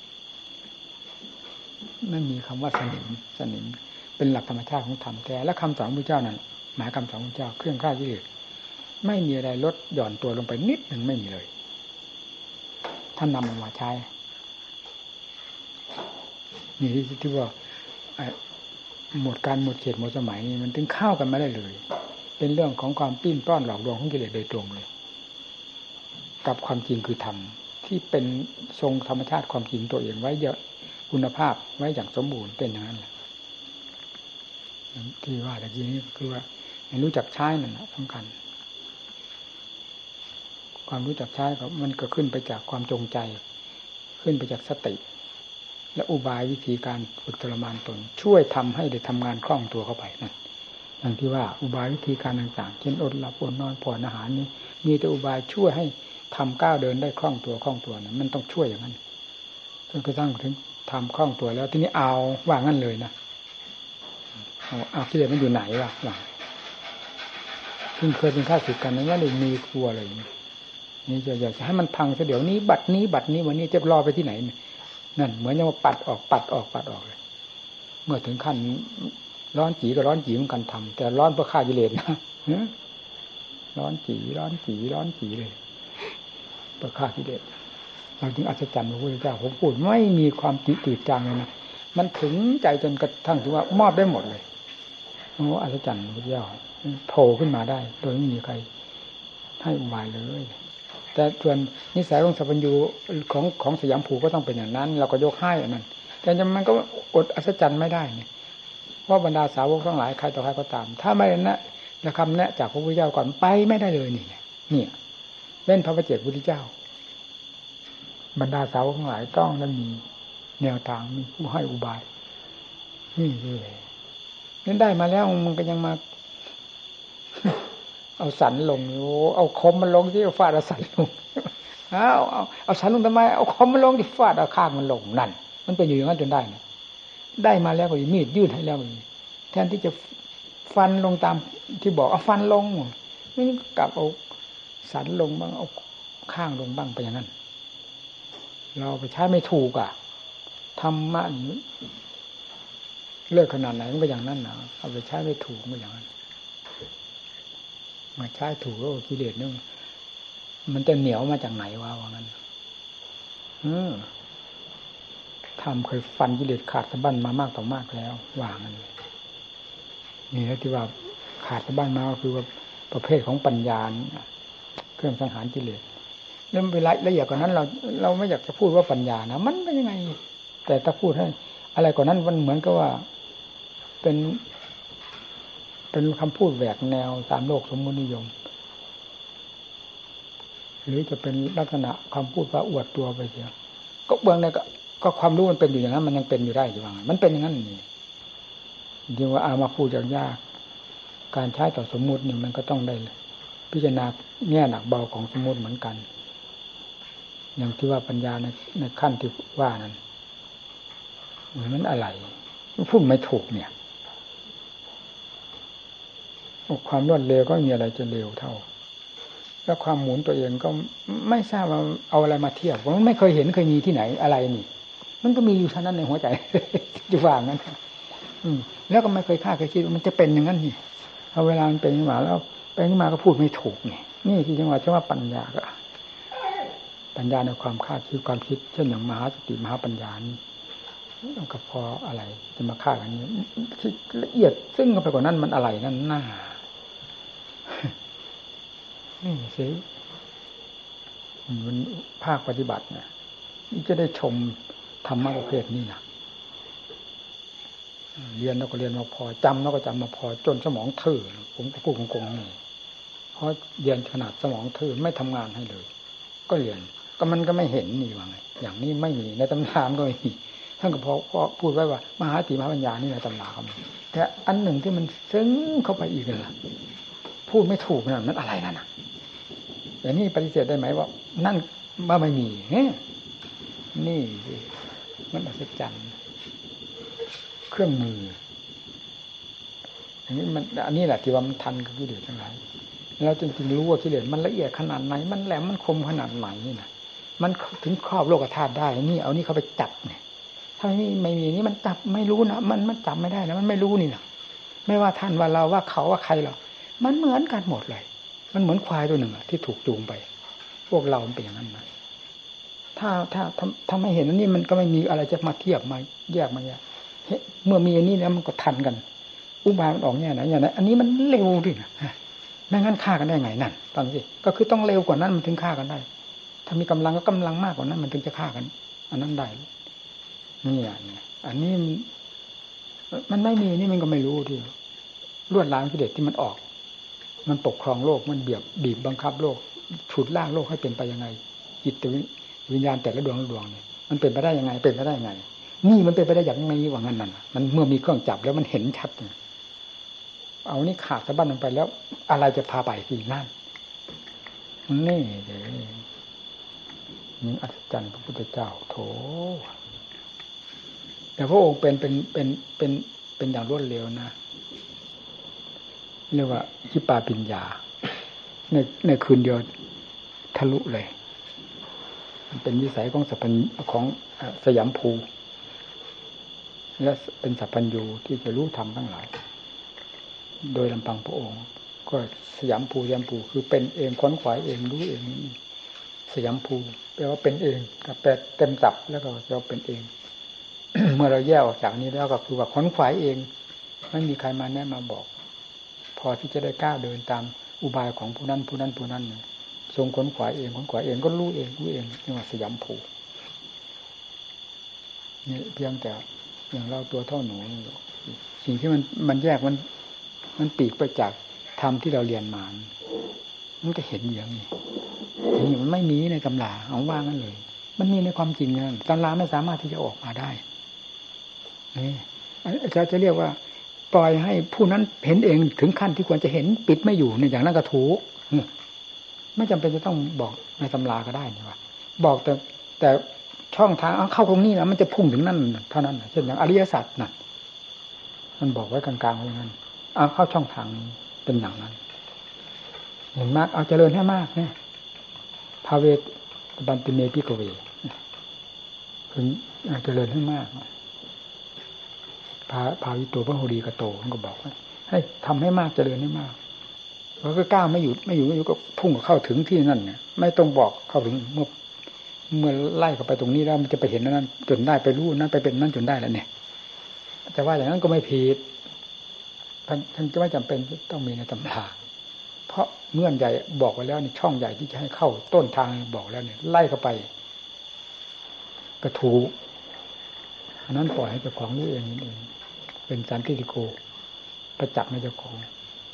ไม่มีคำว่าสนิมเป็นหลักธรรมชาติของธรรมแท้และคำสอนพระเจ้านั้นหมายคำสอนพระเจ้าเครื่องฆ่ากิเลสไม่มีอะไรลดหย่อนตัวลงไปนิดหนึ่งไม่มีเลยท่านนำมันมาใช้นี่ที่ว่าหมดการหมดเขตหมดสมัยนี่มันถึงเข้ากันไม่ได้เลยเป็นเรื่องของความปิ้นป้อนหลอกลวงของกิเลสโดยตรงเลยกับความจริงคือธรรมที่เป็นทรงธรรมชาติความจริงตัวเองไว้เยอะคุณภาพไว้อย่างสมบูรณ์เป็นอย่างนั้นแหละที่ว่าแต่ทีนี้คือว่ารู้จักใช้นั่นแหละสำคัญความรู้จักใช้ก็มันก็ขึ้นไปจากความจงใจขึ้นไปจากสติและอุบายวิธีการฝึกทรมานตนช่วยทำให้ได้ทำงานคล่องตัวเข้าไปนั่นอย่างที่ว่าอุบายวิธีการต่างๆเช่นอดหลับอดนอนผ่อนอาหารนี้มีแต่อุบายช่วยให้ทำก้าวเดินได้คล่องตัวนะมันต้องช่วยอย่างนั้นจนกระทั่งถึงทำคล่องตัวแล้วทีนี้เอาว่างั้นเลยนะเอากิเลสมันอยู่ไหนวะซึ่งเคยเป็นข้าศึกกันนั้นว่ามีครัวอะไรนี่จะอยากจะให้มันพังซะเดี๋ยวนี้บัดนี้วันนี้จะรอไปที่ไหนนั่นเหมือนจะมาปัดออกเลยเมื่อถึงขั้นร้อนจีก็ร้อนจีเหมือนกันทำแต่ร้อนเพื่อฆ่ากิเลสนะร้อนจีเลยเพื่อฆ่ากิเลสเราจึงอัศจรรย์พระพุทธเจ้าผมพูดไม่มีความจืดจางเลยนะมันถึงใจจนกระทั่งถึงว่ามอบได้หมดเลยโอ้อัศจรรย์พระพุทธเจ้าโผล่ขึ้นมาได้โดยไม่มีใครให้อุบายเลยแต่ส่วนนิสัยของสัพพัญญูของสยามภูก็ต้องเป็นอย่างนั้นเราก็ยกให้อันนั้นแต่มันก็อดอัศจรรย์ไม่ได้เนี่ยเพราะบรรดาสาวกทั้งหลายใครต่อใครก็ตามถ้าไม่นะและคำแนะจากพระพุทธเจ้าก่อนไปไม่ได้เลยนี่เว้นพระประเจกพุทธเจ้าบรรดาสาวกทั้งหลายต้องนั้นมีแนวทางมีผู้ให้อุบายนี่เลยนั่นได้มาแล้วมันก็ยังมาเอาสันลงโอ้เอาคมมันลงที่ฟาดเอาสันลงเอาสันลงทำไมเอาคมมันลงที่ฟาดเอาข้างมันลงนั่นมันเป็นอยู่อย่างนั้นจนได้นะได้มาแล้วก็มีดยื่นให้แล้วแทนที่จะฟันลงตามที่บอกเอาฟันลงนี่กลับเอาสันลงบ้างเอาข้างลงบ้างไปอย่างนั้นเราไปใช้ไม่ถูกธรรมะนี่เลิกขนาดไหนมันก็อย่างนั้นนะเอาไปใช้ไม่ถูกก็อย่างนั้นมาใช้ถูกแล้วกิเลสนึงมันจะเหนียวมาจากไหนวะว่างั้นทำเคยฟันกิเลสขาดสะบั้นมามากต่อมากแล้วว่างั้นนี่ที่ว่าขาดสะบั้นมาก็คือว่าประเภทของปัญญาเครื่องสังหารกิเลสแล้วเวลาละเอียดกว่านั้นเราไม่อยากจะพูดว่าปัญญานะมันเป็นยังไงแต่ถ้าพูดให้อะไรกว่านั้นมันเหมือนกับว่าเป็นคำพูดแหวกแนวตามโลกสมมตินิยมหรือจะเป็นลักษณะคำพูดว่าอวดตัวไปเสียก็เบื้องในก็ความรู้มันเป็นอยู่อย่างนั้นมันยังเป็นอยู่ได้อยู่ว่ามันเป็นอย่างนั้นนี่จริงว่าเอามาพูดยากการใช้ต่อสมมุตินี่มันก็ต้องได้พิจารณาแง่หนักเบาของสมมุติเหมือนกันอย่างที่ว่าปัญญาในขั้นที่ว่านั้นมันอะไรพูดไม่ถูกเนี่ยความรวดเร็วก็มีอะไรจะเร็วเท่าแล้วความหมุนตัวเองก็ไม่ทราบว่าเอาอะไรมาเทียบเพราะมันไม่เคยเห็นเคยมีที่ไหนอะไรนี่มันก็มีอยู่เท่านั้นในหัวใจจะว่างั้นแล้วก็ไม่เคยคาดเคยคิดว่ามันจะเป็นอย่างนั้นนี่เอาเวลามันเป็นขึ้นมาแล้วเป็นขึ้นมาก็พูดไม่ถูกนี่ที่จังหวะชื่อว่าปัญญาก็ปัญญาในความคาดคิดความคิดเช่นอย่างมหาสติมหาปัญญานี่ต้องกับพออะไรจะมาฆ่ากันนี้ที่ละเอียดซึ่งไปกว่านั้นมันอะไรนั่นหน้านี่สิมันภาคปฏิบัติเนี่ยนี่จะได้ชมธรรมะประเภทนี้นะเรียนแล้วก็เรียนมาพอจำแล้วก็จำมาพอจนสมองทื่อผมก็พูดโกงๆนี่เพราะเรียนขนาดสมองทื่อไม่ทำงานให้เลยก็เรียนก็มันก็ไม่เห็นนี่ว่าไงอย่างนี้ไม่มีในตำรามก็ไม่มีท่านก็พอพูดไว้ว่ามหาสติมหาปัญญานี่ในตำราเขาแต่อันหนึ่งที่มันซึ้งเข้าไปอีกน่ะพูดไม่ถูกนั่นมันอะไรนั่นน่ะอย่างนี้ปฏิเสธได้ไหมว่านั่นว่าไม่มีนี่มันอัศจรรย์เครื่องมืออันนี้แหละที่ว่ามันทันกับกิเลสทั้งหลายแล้วจริงๆรู้ว่ากิเลสมันละเอียดขนาดไหนมันแหลมมันคมขนาดไหนนี่นะมันถึงครอบโลกธาตุได้นี่เอานี่เขาไปจับเนี่ยถ้าไม่มีนี่มันจับไม่รู้นะมันจับไม่ได้นะมันไม่รู้นี่นะไม่ว่าท่านว่าเราว่าเขาว่าใครหรอกมันเหมือนกันหมดเลยมันเหมือนควายตัวหนึ่งที่ถูกจูงไปพวกเราเป็นอย่างนั้นนะถ้าไม่เห็นอันนี้มันก็ไม่มีอะไรจะมาเทียบมาแยกมาแยกเมื่อมีอันนี้แล้วมันก็ทันกันอุบายมันออกเนี่ยไหนอย่างนั้นอันนี้มันเร็วดินะไม่งั้นฆ่ากันได้ไงนั่นฟังสิก็คือต้องเร็วกว่านั้นมันถึงฆ่ากันได้ถ้ามีกำลังก็กำลังมากกว่านั้นมันถึงจะฆ่ากันอันนั้นได้นี่อันนี้มันไม่มีนี่มันก็ไม่รู้ที่ลวดลามกิเลสที่มันออกมันปกครองโลกมันบีบบังคับโลกฉุดล่างโลกให้เป็นไปยังไงจิตวิญญาณแต่ละดวงละดวงเนี่ยมันเป็นไปได้ยังไงเป็นไปได้ยังไงนี่มันเป็นไปได้อย่างไงว่างั้นนั่นมันเมื่อมีเครื่องจับแล้วมันเห็นชัดเอานี่ขาดสะบั้นลงไปแล้วอะไรจะพาไปที่นั่นนี่นี่อัศจรรย์พระพุทธเจ้าโถแต่พระองค์เป็นอย่างรวดเร็วนะเรียกว่าชิปาปิญญาในคืนเดียวทะลุเลยมันเป็นวิสัยของของสยามภูและเป็นสัพพัญญูที่จะรู้ธรรมทั้งหลายโดยลำพังพระองค์ก็สยามภูคือเป็นเองค้นขวายเองรู้เองสยามภูแปลว่าเป็นเองกับแปลเต็มศัพท์แล้วก็เราเป็นเอง เมื่อเราแยกออกจากนี้แล้วก็คือว่าค้นขวายเองไม่มีใครมาแนะมาบอกพอที่จะได้กล้าเดินตามอุบายของผู้นั้นทรงค้นขวายเองก็รู้เองเรียกว่าสยามภูนี่เพียงแต่อย่างเราตัวเท่าหนูสิ่งที่มันแยกมันปีกไปจากธรรมที่เราเรียนมามันก็เห็นอย่างนี้นี่มันไม่มีในตำราเอาว่างั้นเลยมันมีในความจริงนั่นตำราไม่สามารถที่จะออกมาได้นี่จะเรียกว่าปล่อยให้ผู้นั้นเห็นเองถึงขั้นที่ควรจะเห็นปิดไม่อยู่ในอย่างนั้นก็ถูกไม่จำเป็นจะต้องบอกในตำราก็ได้นี่ว่าบอกแต่ช่องทางเข้าตรงนี้นะมันจะพุ่งถึงนั่นเท่านั้นเช่นอย่างอริยสัจน่ะมันบอกไว้กลางๆไว้อย่างนั้นเข้าช่องทางนี้เป็นอย่างนั้นเห็นมากเอาเจริญให้มากเนี่ยภาเวตบันติเมพิกเวคือเจริญให้มากภาวิโตพระโหรีกโตมันก็บอกว่าให้ทำให้มากเจริญให้มากแล้วก็ก้าวไม่หยุดก็พุ่งเข้าถึงที่นั่นเนี่ยไม่ต้องบอกเข้าถึงเมื่อไล่เข้าไปตรงนี้แล้วมันจะไปเห็นนั้นจนได้ไปรู้นั้นไปเป็นนั้นจนได้แล้วเนี่ยจะว่าอย่างนั้นก็ไม่ผิดท่านจะไม่จำเป็นต้องมีในตำราเพราะเงื่อนใหญ่บอกไว้แล้วนี่ช่องใหญ่ที่จะให้เข้าต้นทางบอกแล้วเนี่ยไล่เข้าไปก็ถูกอันนั้นปล่อยให้เจ้าของรู้เองนี่เองเป็นสันติโกประจักษ์ในเจ้าของ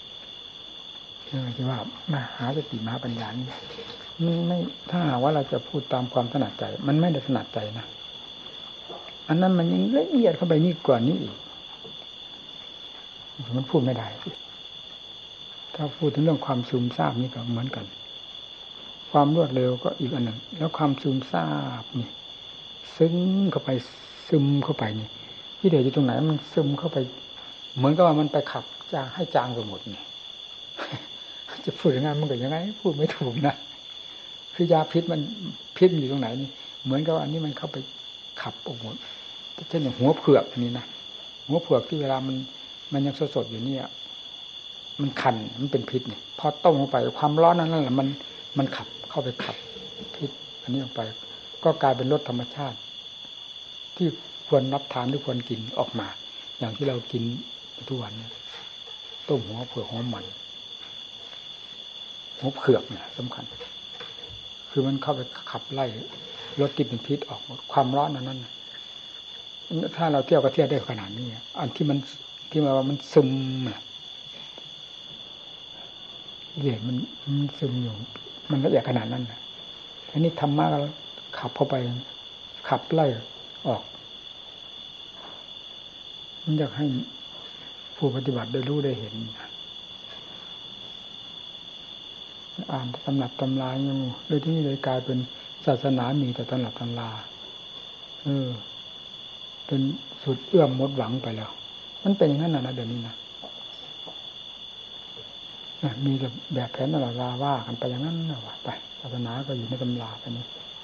ที่ว่ามหาสติมหาปัญญานี่ไม่ถ้าว่าเราจะพูดตามความถนัดใจมันไม่ได้ถนัดใจนะอันนั้นมันยังละเอียดเข้าไปนี่กว่านี้อีกมันพูดไม่ได้ถ้าพูดถึงเรื่องความซึมซาบนี่ก็เหมือนกันความรวดเร็วก็อีกอันหนึ่งแล้วความซึมซาบนี่ซึ้งเข้าไปซึมเข้าไปนี่ที่เดี๋ยวอยู่ตรงไหนมันซึมเข้าไปเหมือนกับว่ามันไปขับจางให้จางไปหมดนี่จะพูดอย่างนั้นมันก็ยังไงพูดไม่ถูกนะคือยาพิษมันพิษอยู่ตรงไหนนี่เหมือนกับอันนี้มันเข้าไปขับออกหมดเช่นอย่างหัวเผือกนี่นะหัวเผือกที่เวลามันยังสดๆอยู่นี่มันคันมันเป็นพิษนี่พอต้มลงไปความร้อนนั้นแหละมันขับเข้าไปขับพิษอันนี้ออกไปก็กลายเป็นรสธรรมชาติที่ควรรับทานหรือควรกินออกมาอย่างที่เรากินทุกวันเนี่ยต้มหัวเผือกหัวมันหัวเผือกเนี่ยสำคัญคือมันเข้าไปขับไล่รสที่เป็นพิษออกหมดความร้อนนั้นถ้าเราเที่ยวก็เที่ยวได้ขนาดนี้อันที่มันซึมเนี่ยมันซึมอยู่มันละเอียดขนาดนั้นนะอันนี้ธรรมะเราขับเข้าไปขับไล่ออกมันอยากให้ผู้ปฏิบัติได้รู้ได้เห็นอ่านตำรับตำราอยู่เลยที่นี่เลยกลายเป็นศาสนามีแต่ตำรับตำราเป็นสุดเอื้อมหมดหวังไปแล้วมันเป็นอย่างนั้นนะเดี๋ยวนี้นะมีแต่แบบแผนตำราว่ากันไปอย่างนั้นนะว่าไปศาสนาก็อยู่ในตำราไปนี่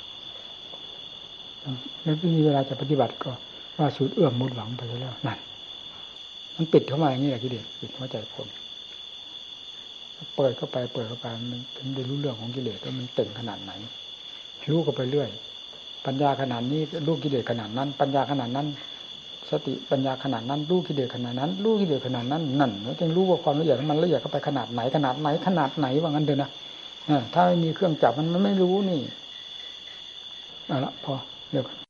แล้วที่นี่เวลาจะปฏิบัติก็ว่าสุดเอื้อมหมดหวังไปแล้วนั่นมันปิดเข้ามาอย่างนี้แหละที่เด็กปิดหัวใจคนเปิดเข้าไปมันถึงได้รู้เรื่องของกิเลสว่ามันเต่งขนาดไหนรู้ก็ไปเรื่อยปัญญาขนาดนี้รู้กิเลสขนาดนั้นปัญญาขนาดนั้นสติปัญญาขนาดนั้นรู้กิเลสขนาดนั้นรู้กิเลสขนาดนั้นนั่นแล้วจึงรู้ว่าความละเอียดมันละเอียดเข้าไปขนาดไหนว่างั้นเถอะนะถ้าไม่มีเครื่องจับมันไม่รู้นี่เอาละพอเดี๋ยว